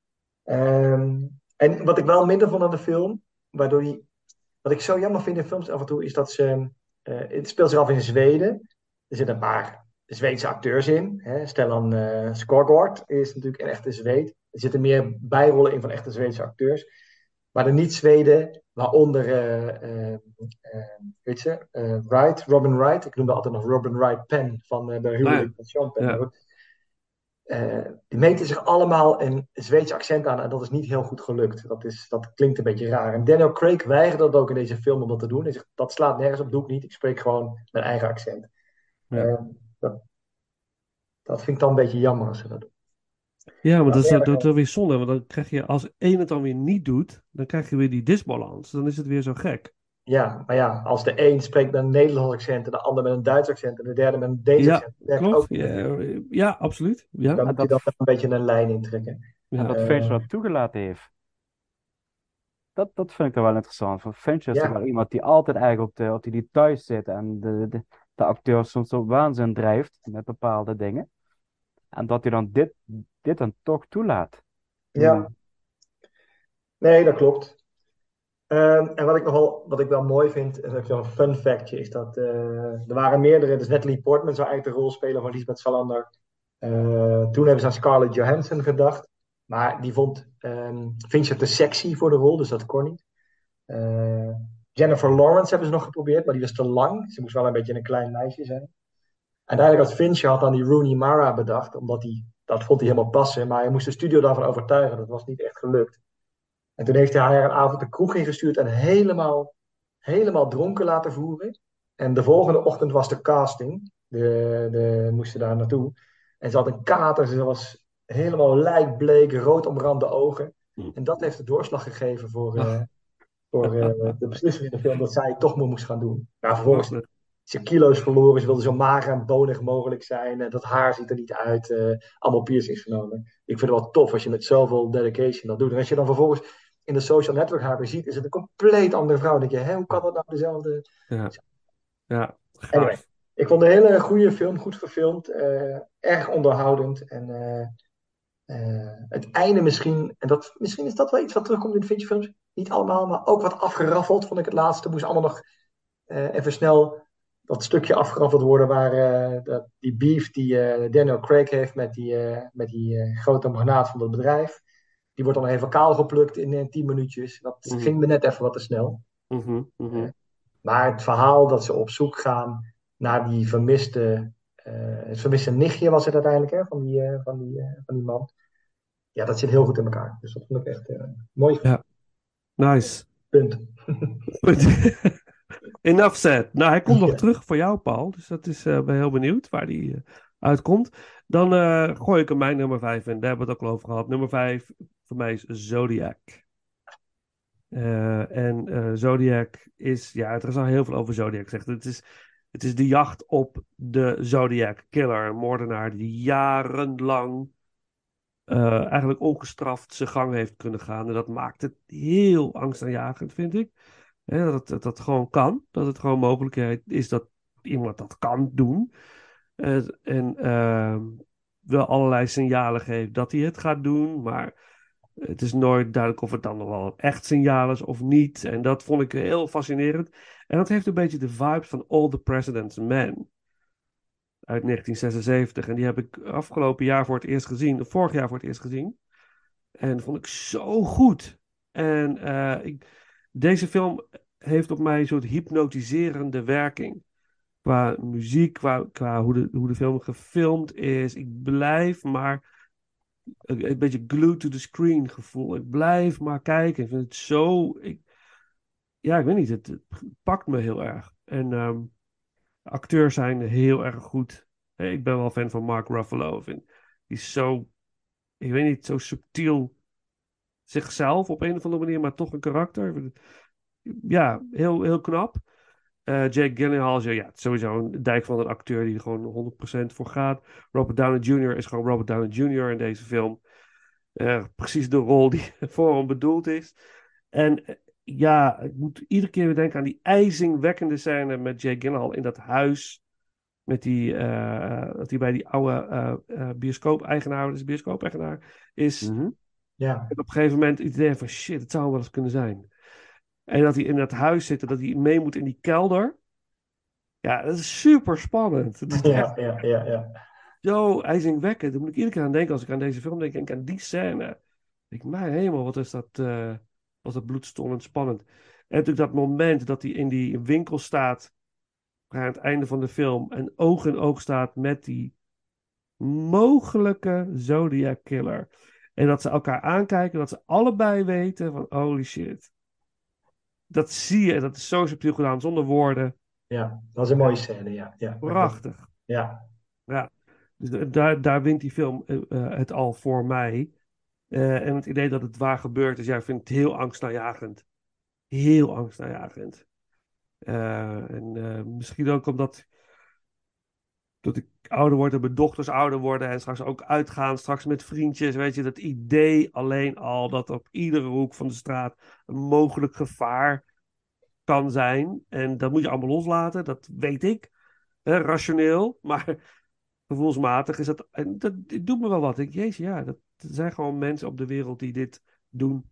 En wat ik wel minder vond aan de film, waardoor die wat ik zo jammer vind in films af en toe, is dat ze. Het speelt zich af in Zweden. Er zitten een paar Zweedse acteurs in. Hè. Stellan Skarsgård is natuurlijk een echte Zweed. Er zitten meer bijrollen in van echte Zweedse acteurs. Maar de niet-Zweden, waaronder, weet je, Wright, Robin Wright. Ik noemde altijd nog Robin Wright Penn van de Nou ja. huwelijk van Sean Penn. Maar Ja. goed, die meten zich allemaal een Zweeds accent aan en dat is niet heel goed gelukt. Dat klinkt een beetje raar. En Daniel Craig weigerde dat ook in deze film om dat te doen. Hij zegt, dat slaat nergens op, doe ik niet. Ik spreek gewoon mijn eigen accent. Ja. Dat, dat vind ik dan een beetje jammer als ze dat doen. Ja, maar Maar dat is, verder, dat is wel weer zonde. Want dan krijg je, als één het dan weer niet doet, dan krijg je weer die disbalans. Dan is het weer zo gek. ja, maar ja, als de een spreekt met een Nederlands accent en de ander met een Duits accent en de derde met een Deens Ja, accent, dat werkt klopt. ook niet. Ja, absoluut. Ja. Dan En moet je dat, dan een beetje een lijn intrekken. en dat Ja. Fincher dat toegelaten heeft. Dat vind ik dan wel interessant. Van Fincher is toch Ja, wel iemand die altijd eigenlijk op die details zit en de acteur soms op waanzin drijft met bepaalde dingen. En dat hij dan dit dan toch toelaat. ja, nee, dat klopt. En wat ik wel mooi vind, en ook zo'n fun factje, is dat er waren meerdere, dus Natalie Portman zou eigenlijk de rol spelen van Lisbeth Salander. Toen hebben ze aan Scarlett Johansson gedacht, maar die vond Fincher te sexy voor de rol, dus dat kon niet. Eh, Jennifer Lawrence hebben ze nog geprobeerd, maar die was te lang. Ze moest wel een beetje een klein meisje zijn. Uiteindelijk had Fincher had dan die Rooney Mara bedacht, omdat dat vond hij helemaal passen, maar hij moest de studio daarvan overtuigen. Dat was niet echt gelukt. En toen heeft hij haar een avond de kroeg ingestuurd en helemaal dronken laten voeren. En de volgende ochtend was de casting. Moesten daar naartoe. En ze had een kater, ze was helemaal lijkbleek, rood omrande ogen. En dat heeft de doorslag gegeven voor de beslissing in de film dat zij toch maar moest gaan doen. Nou, vervolgens Prachtig. ze kilo's verloren, ze wilde zo mager en bonig mogelijk zijn. Dat haar ziet er niet uit, allemaal piercings genomen. Ik vind het wel tof als je met zoveel dedication dat doet. En als je dan vervolgens in de social network haar weer ziet, is het een compleet andere vrouw. Dan denk je, hé, hoe kan dat nou dezelfde? Ja, ja, Anyway, gaaf. ik vond het een hele goede film, goed verfilmd, erg onderhoudend. En het einde misschien, en misschien is dat wel iets wat terugkomt in de Fincher films. Niet allemaal, maar ook wat afgeraffeld, vond ik het laatste. Moest allemaal nog even snel dat stukje afgeraffeld worden waar die beef die Daniel Craig heeft met die grote magnaat van dat bedrijf. Die wordt dan even kaal geplukt in 10 minuutjes. Dat ging me net even wat te snel. Mhm, mhm. Maar het verhaal dat ze op zoek gaan naar die het vermiste nichtje was het uiteindelijk, hè, van die man. Ja, dat zit heel goed in elkaar. Dus dat vond ik echt mooi Ja, nice. punt. Goed. Enough said. Nou, hij komt nog Ja. terug voor jou, Paul. Dus dat is, ben heel benieuwd waar die uitkomt. Dan gooi ik hem mijn nummer 5 in. Daar hebben we het ook al over gehad. Nummer 5 voor mij is Zodiac. Zodiac is... Ja, er is al heel veel over Zodiac gezegd. Het is de jacht op de Zodiac Killer. Een moordenaar die jarenlang eigenlijk ongestraft zijn gang heeft kunnen gaan. En dat maakt het heel angstaanjagend, vind ik. Dat het gewoon kan. Dat het gewoon mogelijkheid is dat iemand dat kan doen. En wel allerlei signalen geeft dat hij het gaat doen. Maar Het is nooit duidelijk of het dan nog wel een echt signaal is of niet. En dat vond ik heel fascinerend. En dat heeft een beetje de vibe van All the President's Men uit 1976. En die heb ik afgelopen jaar voor het eerst gezien, of vorig jaar voor het eerst gezien. En dat vond ik zo goed. En deze film heeft op mij een soort hypnotiserende werking. Qua muziek, qua hoe de film gefilmd is. Ik blijf maar een beetje glued to the screen gevoel. Ik blijf maar kijken. Ik vind het zo... ik weet niet, het pakt me heel erg. En acteurs zijn heel erg goed. Ik ben wel fan van Mark Ruffalo. Die is zo, ik weet niet, zo subtiel zichzelf op een of andere manier, maar toch een karakter. Ja, heel, heel knap. Jake Gyllenhaal is sowieso een dijk van een acteur die er gewoon 100% voor gaat. Robert Downey Jr. is gewoon Robert Downey Jr. in deze film. Precies de rol die voor hem bedoeld is. En ik moet iedere keer weer denken aan die ijzingwekkende scène met Jake Gyllenhaal in dat huis. Met dat hij bij die oude bioscoop-eigenaar is. Ja. En op een gegeven moment het idee van shit, het zou wel eens kunnen zijn. En dat hij in dat huis zit en dat hij mee moet in die kelder. Ja, dat is super spannend. Dat is echt Ja. zo ijzingwekkend. Daar moet ik iedere keer aan denken als ik aan deze film denk. Denk aan die scène. Ik denk, mijn hemel, wat is dat, was dat bloedstollend spannend. En natuurlijk dat moment dat hij in die winkel staat aan het einde van de film en oog in oog staat met die mogelijke Zodiac Killer. En dat ze elkaar aankijken, dat ze allebei weten van holy shit. Dat zie je, dat is zo subtiel gedaan, zonder woorden. Ja, dat is een mooie scène, ja. Prachtig. Ja. Ja. Dus daar wint die film het al voor mij. En het idee dat het waar gebeurd is, ik vind het heel angstaanjagend. Heel angstaanjagend. Misschien ook omdat dat ik ouder word en mijn dochters ouder worden en straks ook uitgaan, straks met vriendjes, weet je, dat idee alleen al dat op iedere hoek van de straat een mogelijk gevaar kan zijn. En dat moet je allemaal loslaten, dat weet ik, rationeel, maar gevoelsmatig is dat, en dat doet me wel wat. Jezus, er zijn gewoon mensen op de wereld die dit doen.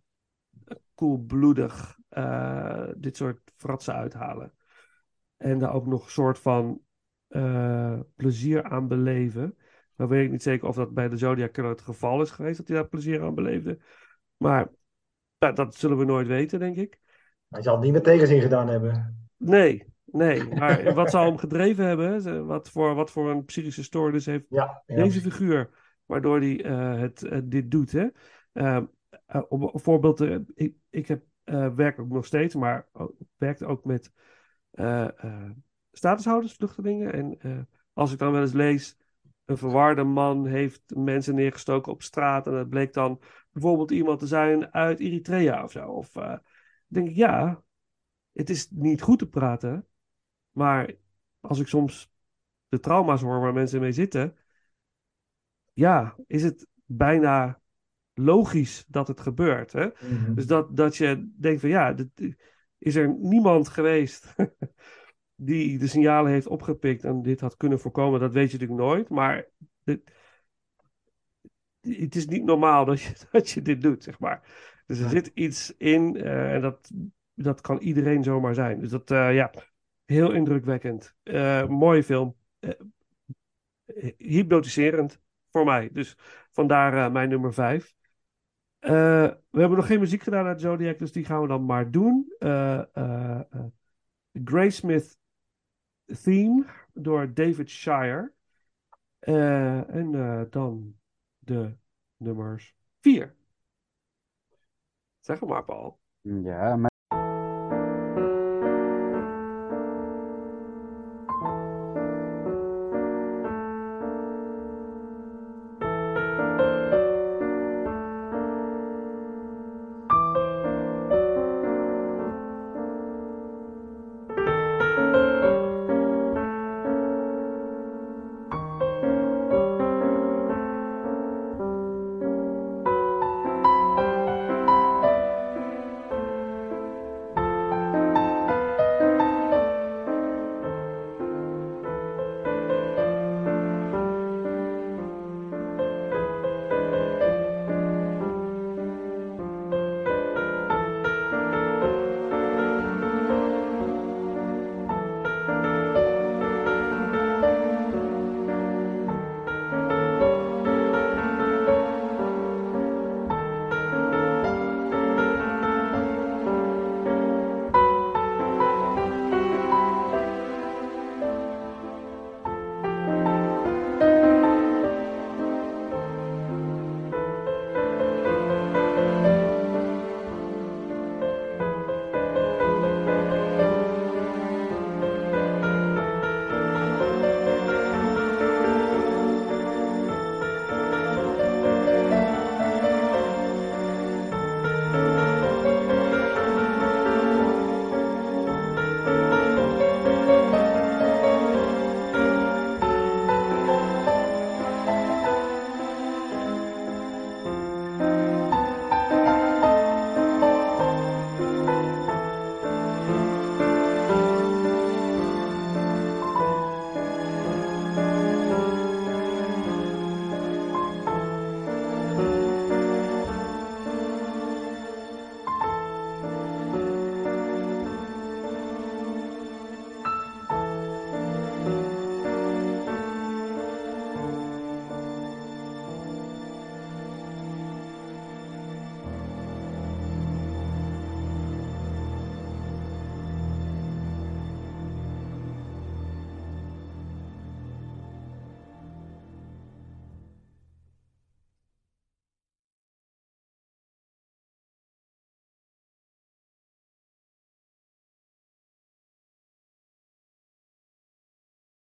Koelbloedig dit soort fratsen uithalen. En daar ook nog een soort van plezier aan beleven. Nou weet ik niet zeker of dat bij de Zodiac Killer het geval is geweest, dat hij daar plezier aan beleefde. Maar dat zullen we nooit weten, denk ik. Hij zal het niet met tegenzin gedaan hebben. Nee. Maar wat zou hem gedreven hebben? Wat voor een psychische stoornis heeft deze figuur, waardoor hij dit doet? Hè? Om een voorbeeld, ik werk ook nog steeds, maar werkte ook met statushouders, vluchtelingen. En als ik dan wel eens lees, een verwarde man heeft mensen neergestoken op straat en dat bleek dan bijvoorbeeld iemand te zijn uit Eritrea of zo. Of denk ik, het is niet goed te praten, maar als ik soms de trauma's hoor waar mensen mee zitten, is het bijna logisch dat het gebeurt. Hè? Mm-hmm. Dus dat je denkt van is er niemand geweest die de signalen heeft opgepikt en dit had kunnen voorkomen, dat weet je natuurlijk nooit. Maar het is niet normaal dat je dit doet, zeg maar. Dus er zit iets in en dat kan iedereen zomaar zijn. Dus dat, heel indrukwekkend. Mooie film. Hypnotiserend voor mij. Dus vandaar mijn nummer 5. We hebben nog geen muziek gedaan uit Zodiac, dus die gaan we dan maar doen. Graysmith Theme door David Shire. En dan de nummers 4. Zeg maar, Paul. Ja,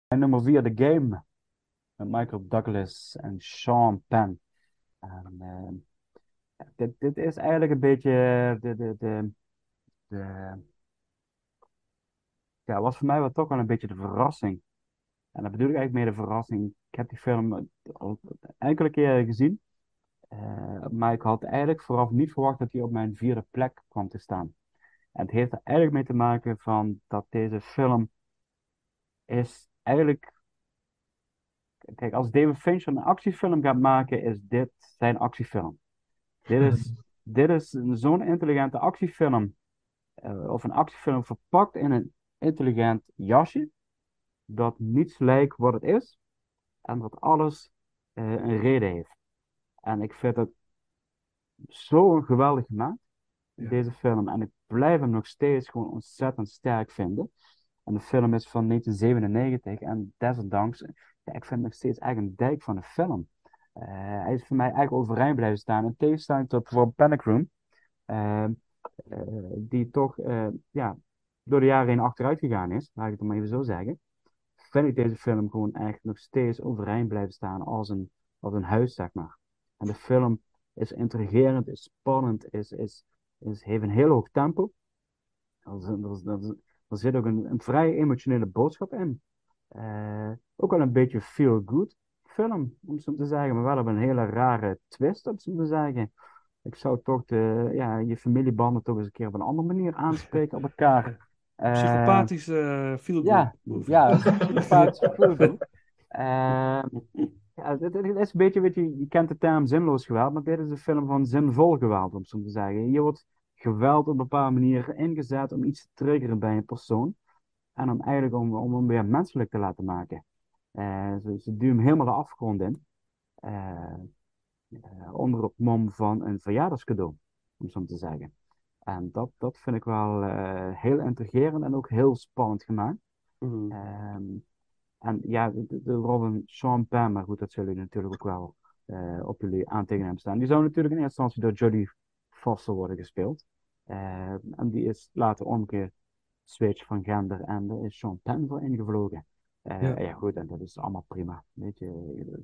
En nummer 4, The Game. Met Michael Douglas en Sean Penn. En, dit is eigenlijk een beetje de, ja, was voor mij wel toch wel een beetje de verrassing. En dat bedoel ik eigenlijk meer de verrassing. Ik heb die film al enkele keren gezien. Maar ik had eigenlijk vooraf niet verwacht dat hij op mijn 4e plek kwam te staan. En het heeft er eigenlijk mee te maken van dat deze film is eigenlijk... Kijk, als David Fincher een actiefilm gaat maken, is dit zijn actiefilm. Dit is zo'n intelligente actiefilm. Of een actiefilm verpakt in een intelligent jasje. Dat niets lijkt wat het is. En dat alles een reden heeft. En ik vind het zo geweldig gemaakt, Ja. deze film. En ik blijf hem nog steeds gewoon ontzettend sterk vinden. En de film is van 1997 en desondanks, ja, ik vind het nog steeds eigenlijk een dijk van een film. Hij is voor mij eigenlijk overeind blijven staan. In tegenstelling tot bijvoorbeeld Panic Room, eh, die toch ja, door de jaren heen achteruit gegaan is, laat ik het maar even zo zeggen. Vind ik deze film gewoon echt nog steeds overeind blijven staan als een huis, zeg maar. En de film is intrigerend, is spannend, heeft een heel hoog tempo. Er zit ook een vrij emotionele boodschap in. Ook wel een beetje feel-good film, om het zo te zeggen, maar wel op een hele rare twist, om het zo te zeggen. Ik zou toch je familiebanden toch eens een keer op een andere manier aanspreken op elkaar. Psychopathische feel-good Ja, movie. ja, psychopathisch feel-good. Ja, dit is een beetje, weet je kent de term zinloos geweld, maar dit is een film van zinvol geweld, om het zo te zeggen. Hier wordt geweld op een bepaalde manier ingezet om iets te triggeren bij een persoon. En om hem weer menselijk te laten maken. Ze duwen hem helemaal de afgrond in. Eh, onder het mom van een verjaardagscadeau, om het zo te zeggen. En dat vind ik wel heel intrigerend en ook heel spannend gemaakt. Mhm. En ja, de Robin Sean Penn, maar goed, dat zullen jullie natuurlijk ook wel op jullie aantekeningen hebben staan. Die zou natuurlijk in eerste instantie door Jodie Foster worden gespeeld. En die is later omgeswitcht van gender en daar is Sean Penn voor ingevlogen. Ja. Ja, goed, en dat is allemaal prima. Weet je,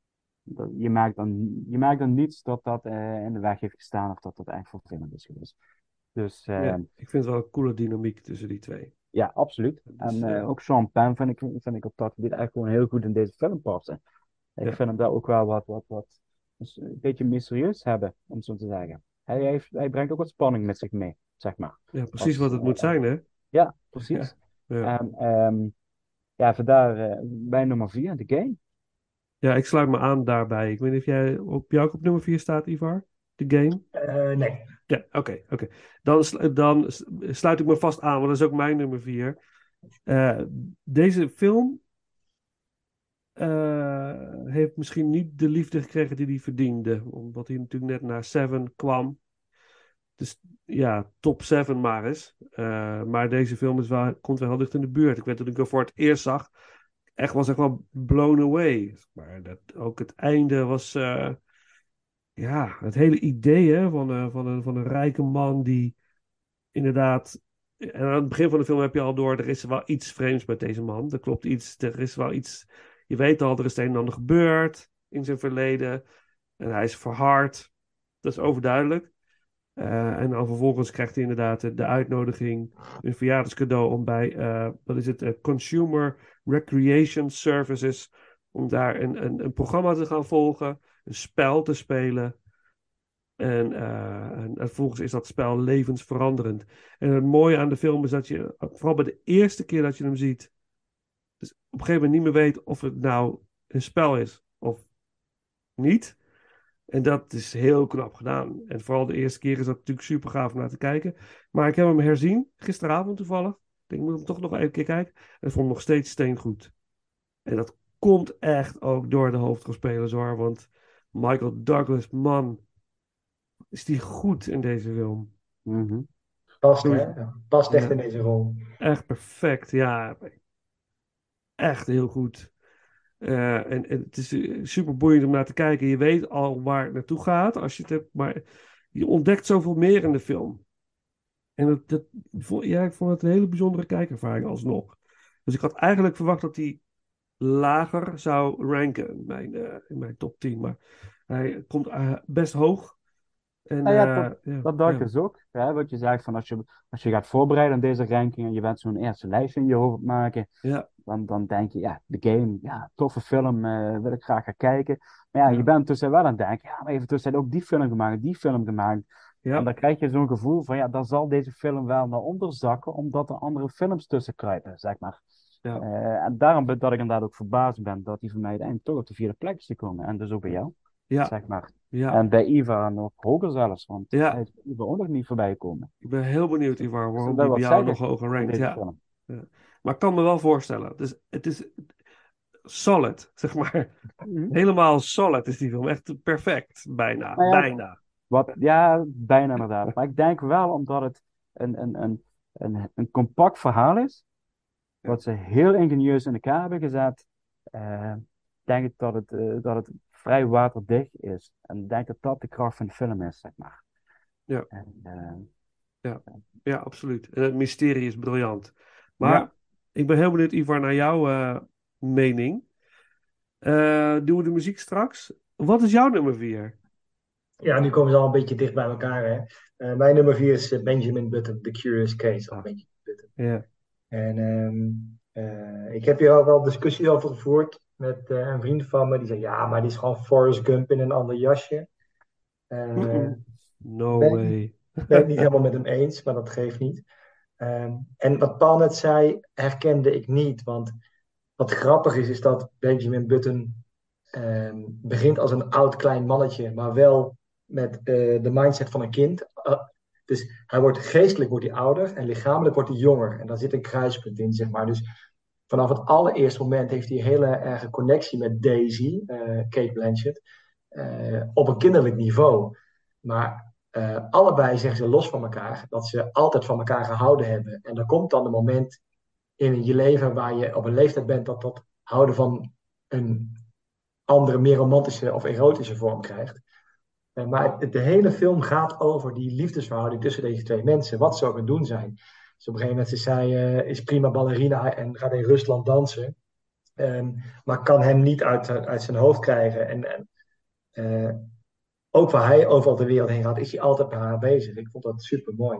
je merkt dan niets dat in de weg heeft gestaan of dat echt vervelend is geweest. Dus Ja, ik vind het wel een coole dynamiek tussen die twee. ja, absoluut. Dus, En ook Sean Penn vind ik op dat gebied echt gewoon heel goed in deze film passen. Ik Ja. vind hem daar ook wel wat dus een beetje mysterieus hebben, om zo te zeggen. Hij brengt ook wat spanning met zich mee, zeg maar. Ja, precies Als, wat het moet zijn, hè? Ja, precies. Ja. Ja, vandaar bij nummer 4, The Game. Ja, ik sluit me aan daarbij. Ik weet niet of jij op jou ook op nummer 4 staat, Ivar? The Game? Nee. Ja, oké. Dan sluit ik me vast aan, want dat is ook mijn nummer 4. Deze film heeft misschien niet de liefde gekregen die hij verdiende. Omdat hij natuurlijk net naar Seven kwam. Dus ja, top 7 maar eens. Maar deze film komt wel heel dicht in de buurt. Ik weet dat ik hem voor het eerst zag. Was echt wel blown away. Maar ook het einde was... ja, het hele idee hè, van een rijke man die inderdaad... En aan het begin van de film heb je al door, er is wel iets vreemds met deze man. Er klopt iets, er is wel iets... Je weet al, er is het een en ander gebeurd in zijn verleden. En hij is verhard. Dat is overduidelijk. En dan vervolgens krijgt hij inderdaad de uitnodiging, een verjaardagscadeau om bij, wat is het, Consumer Recreation Services, om daar een programma te gaan volgen, een spel te spelen. En vervolgens is dat spel levensveranderend. En het mooie aan de film is dat je, vooral bij de eerste keer dat je hem ziet, dus op een gegeven moment niet meer weet of het nou een spel is of niet. En dat is heel knap gedaan. En vooral de eerste keer is dat natuurlijk super gaaf om naar te kijken. Maar ik heb hem herzien, gisteravond toevallig. Ik denk, ik moet hem toch nog even een keer kijken. En ik vond hem nog steeds steengoed. En dat komt echt ook door de hoofdrolspelers hoor. Want Michael Douglas, man, is die goed in deze film. Mhm. Past, hè? Ja, past echt Ja. in deze rol. Echt perfect, ja. Echt heel goed. En het is super boeiend om naar te kijken. Je weet al waar het naartoe gaat als je het hebt, maar je ontdekt zoveel meer in de film. En ik vond het een hele bijzondere kijkervaring alsnog. Dus ik had eigenlijk verwacht dat hij lager zou ranken in mijn top 10. Maar hij komt best hoog. En Nou ja, ja, dat dacht ik ja, dus ook. Hè, wat je zegt, van als je gaat voorbereiden aan deze ranking en je bent zo'n eerste lijstje in je hoofd maken, ja, dan denk je, ja, de game, ja, toffe film, wil ik graag gaan kijken. Maar ja, je ja, bent tussen wel aan het denken, ja, maar even tussen ook die film gemaakt, die film gemaakt. En ja, dan krijg je zo'n gevoel van, ja, dan zal deze film wel naar onder zakken, omdat er andere films tussen kruipen, zeg maar. ja, En daarom dat ik inderdaad ook verbaasd ben dat hij voor mij uiteindelijk toch op de vierde plek is gekomen. En dus ook bij jou, ja, zeg maar. ja, En bij Iva nog hoger zelfs, want hij ja. is bij Iva ook nog niet voorbij gekomen. Ik ben heel benieuwd, Ivar, Dus dat waarom wil die bij wat jou nog zeggen hoger van rankt. deze Ja. film. Ja. Maar ik kan me wel voorstellen. Dus het is solid, zeg maar. Mhm. Helemaal solid is die film. Echt perfect. Bijna. Nou ja, Bijna. ja, bijna inderdaad. Maar ik denk wel omdat het een compact verhaal is, Ja. wat ze heel ingenieus in elkaar hebben gezet, denk ik dat het vrij waterdicht is. En ik denk dat dat de kracht van de film is, zeg maar. Ja. En, Ja. Ja, absoluut. En het mysterie is briljant. ja, Maar ik ben heel benieuwd, Ivar, naar jouw mening. Doen we de muziek straks? Wat is jouw nummer 4? Ja, nu komen ze al een beetje dicht bij elkaar, hè. Mijn nummer 4 is Benjamin Button, The Curious Case of Ah, Benjamin Button. ja. En ik heb hier al wel discussie over gevoerd met een vriend van me. Die zei, ja, maar die is gewoon Forrest Gump in een ander jasje. Eh, Mm-mm. No ben, ik- way. ben ik niet helemaal met hem eens, maar dat geeft niet. En wat Paul net zei, herkende ik niet. Want wat grappig is dat Benjamin Button begint als een oud klein mannetje, maar wel met de mindset van een kind. Dus hij wordt geestelijk wordt hij ouder en lichamelijk wordt hij jonger. En daar zit een kruispunt in, zeg maar. Dus vanaf het allereerste moment heeft hij een hele erge connectie met Daisy, Kate Blanchett, op een kinderlijk niveau. Maar allebei zeggen ze los van elkaar dat ze altijd van elkaar gehouden hebben. En er komt dan een moment in je leven waar je op een leeftijd bent dat houden van een andere, meer romantische of erotische vorm krijgt. Maar de hele film gaat over die liefdesverhouding tussen deze twee mensen, wat ze ook aan het doen zijn. Dus op een gegeven moment is zij is prima ballerina en gaat in Rusland dansen, maar kan hem niet uit zijn hoofd krijgen. En ook waar hij overal de wereld heen gaat, is hij altijd met haar bezig. Ik vond dat super mooi.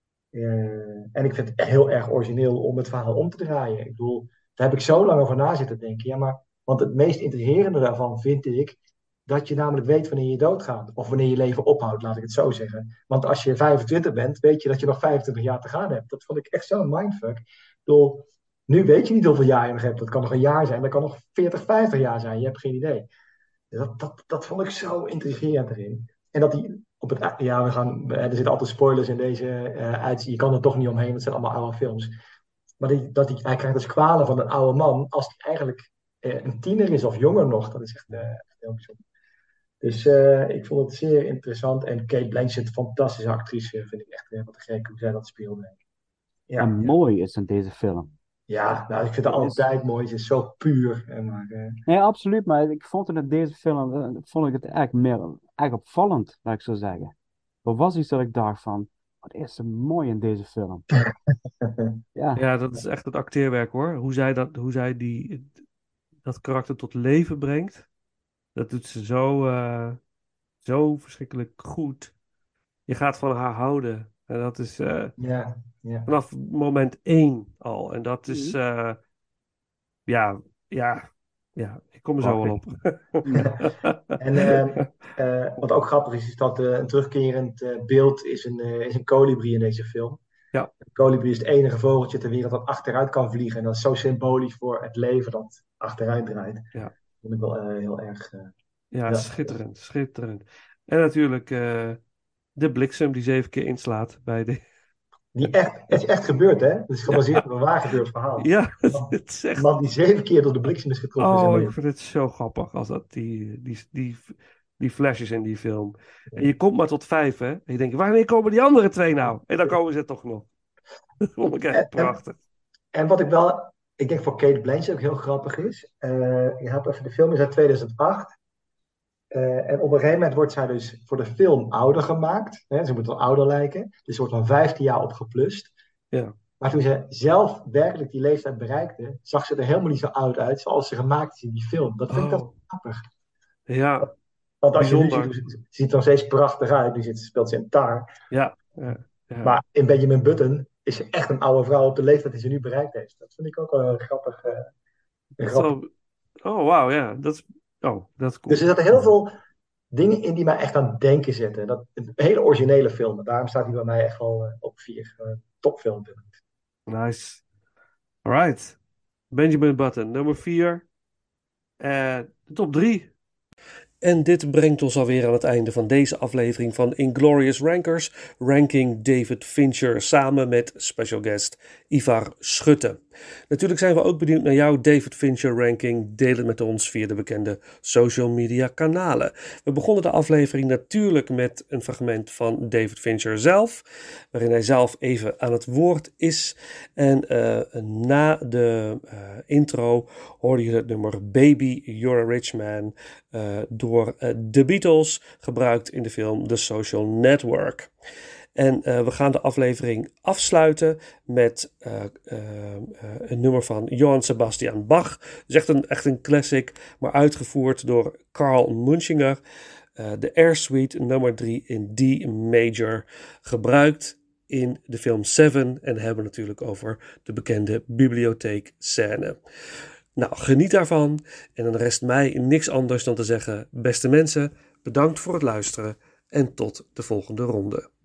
En ik vind het heel erg origineel om het verhaal om te draaien. Ik bedoel, daar heb ik zo lang over na zitten denken. Ja, maar, want het meest intrigerende daarvan vind ik dat je namelijk weet wanneer je doodgaat. Of wanneer je leven ophoudt, laat ik het zo zeggen. Want als je 25 bent, weet je dat je nog 25 jaar te gaan hebt. Dat vond ik echt zo'n mindfuck. Ik bedoel, nu weet je niet hoeveel jaar je nog hebt. Dat kan nog een jaar zijn, dat kan nog 40, 50 jaar zijn. Je hebt geen idee. Dat vond ik zo intrigerend erin. En dat die op het. Ja, er zitten altijd spoilers in deze uit. Je kan er toch niet omheen, want het zijn allemaal oude films. Maar hij krijgt dus kwalen van een oude man. Als hij eigenlijk een tiener is of jonger nog. Dat is echt heel bijzonder. Dus ik vond het zeer interessant. En Kate Blanchett, fantastische actrice, vind ik echt wat te gek hoe zij dat speelde. Ja, en ja. mooi is in deze film. Ja, nou, ik vind het Het is, altijd mooi. Ze is zo puur. nee, absoluut, maar ik vond het in deze film, vond ik het echt opvallend, laat ik zo zeggen. Er was iets dat ik dacht van, wat is er mooi in deze film. Ja, Ja, dat is echt het acteerwerk hoor. Hoe zij dat karakter tot leven brengt. Dat doet ze zo verschrikkelijk goed. Je gaat van haar houden. En dat is Ja, ja. vanaf moment 1 al. En dat is, Mhm. ja, ja, ja, ik kom er zo wel Prachtig. op. Mhm. En wat ook grappig is dat een terugkerend beeld is een kolibrie in deze film. Ja, De kolibrie is het enige vogeltje ter wereld dat achteruit kan vliegen. En dat is zo symbolisch voor het leven dat achteruit draait. Dat ja, vond ik wel heel erg. ja, Ja. schitterend, schitterend. En natuurlijk de bliksem die 7 keer inslaat bij de... Het is echt gebeurd, hè? Het is gebaseerd Ja, op een waar gebeurd verhaal. ja, Een het is echt... man die 7 keer door de bliksem is getroffen in zijn Oh, ik leven. vind het zo grappig als dat die flashes in die film. En je komt maar tot 5, hè? En je denkt, wanneer komen die andere 2 nou? En dan komen ze toch nog. Dat vond ik echt En, prachtig. en wat ik denk voor Kate Blanchett ook heel grappig is. Je hebt even de film is uit 2008. En op een gegeven moment wordt zij dus voor de film ouder gemaakt. Hè? Ze moet wel ouder lijken. Dus ze wordt dan 15 jaar opgeplust. Ja, Maar toen ze zelf werkelijk die leeftijd bereikte, zag ze er helemaal niet zo oud uit zoals ze gemaakt is in die film. Dat vind ik dan grappig. Ja, Want als je nu bijzonder. ziet, ziet het er nog steeds prachtig uit. Nu speelt ze in Tar. Ja. Maar in Benjamin Button is ze echt een oude vrouw op de leeftijd die ze nu bereikt heeft. Dat vind ik ook wel een grappig. Oh, wauw, ja. Dat is cool. Dus er zaten heel veel dingen in die mij echt aan het denken zetten. Een hele originele film. Daarom staat hij bij mij echt wel op 4. Topfilm. Nice. Alright. Benjamin Button, nummer 4. De top 3. En dit brengt ons alweer aan het einde van deze aflevering van Inglorious Rankers, ranking David Fincher samen met special guest Ivar Schutte. Natuurlijk zijn we ook benieuwd naar jouw David Fincher ranking. Deel het met ons via de bekende social media kanalen. We begonnen de aflevering natuurlijk met een fragment van David Fincher zelf, waarin hij zelf even aan het woord is. En na de intro hoorde je het nummer Baby You're a Rich Man door The Beatles, gebruikt in de film The Social Network. En we gaan de aflevering afsluiten met een nummer van Johann Sebastian Bach. Dus echt een classic, maar uitgevoerd door Carl Munchinger. De Air Suite nummer 3 in D major, gebruikt in de film Seven. En hebben natuurlijk over de bekende bibliotheekscène. Nou, geniet daarvan. En dan rest mij niks anders dan te zeggen, beste mensen, bedankt voor het luisteren en tot de volgende ronde.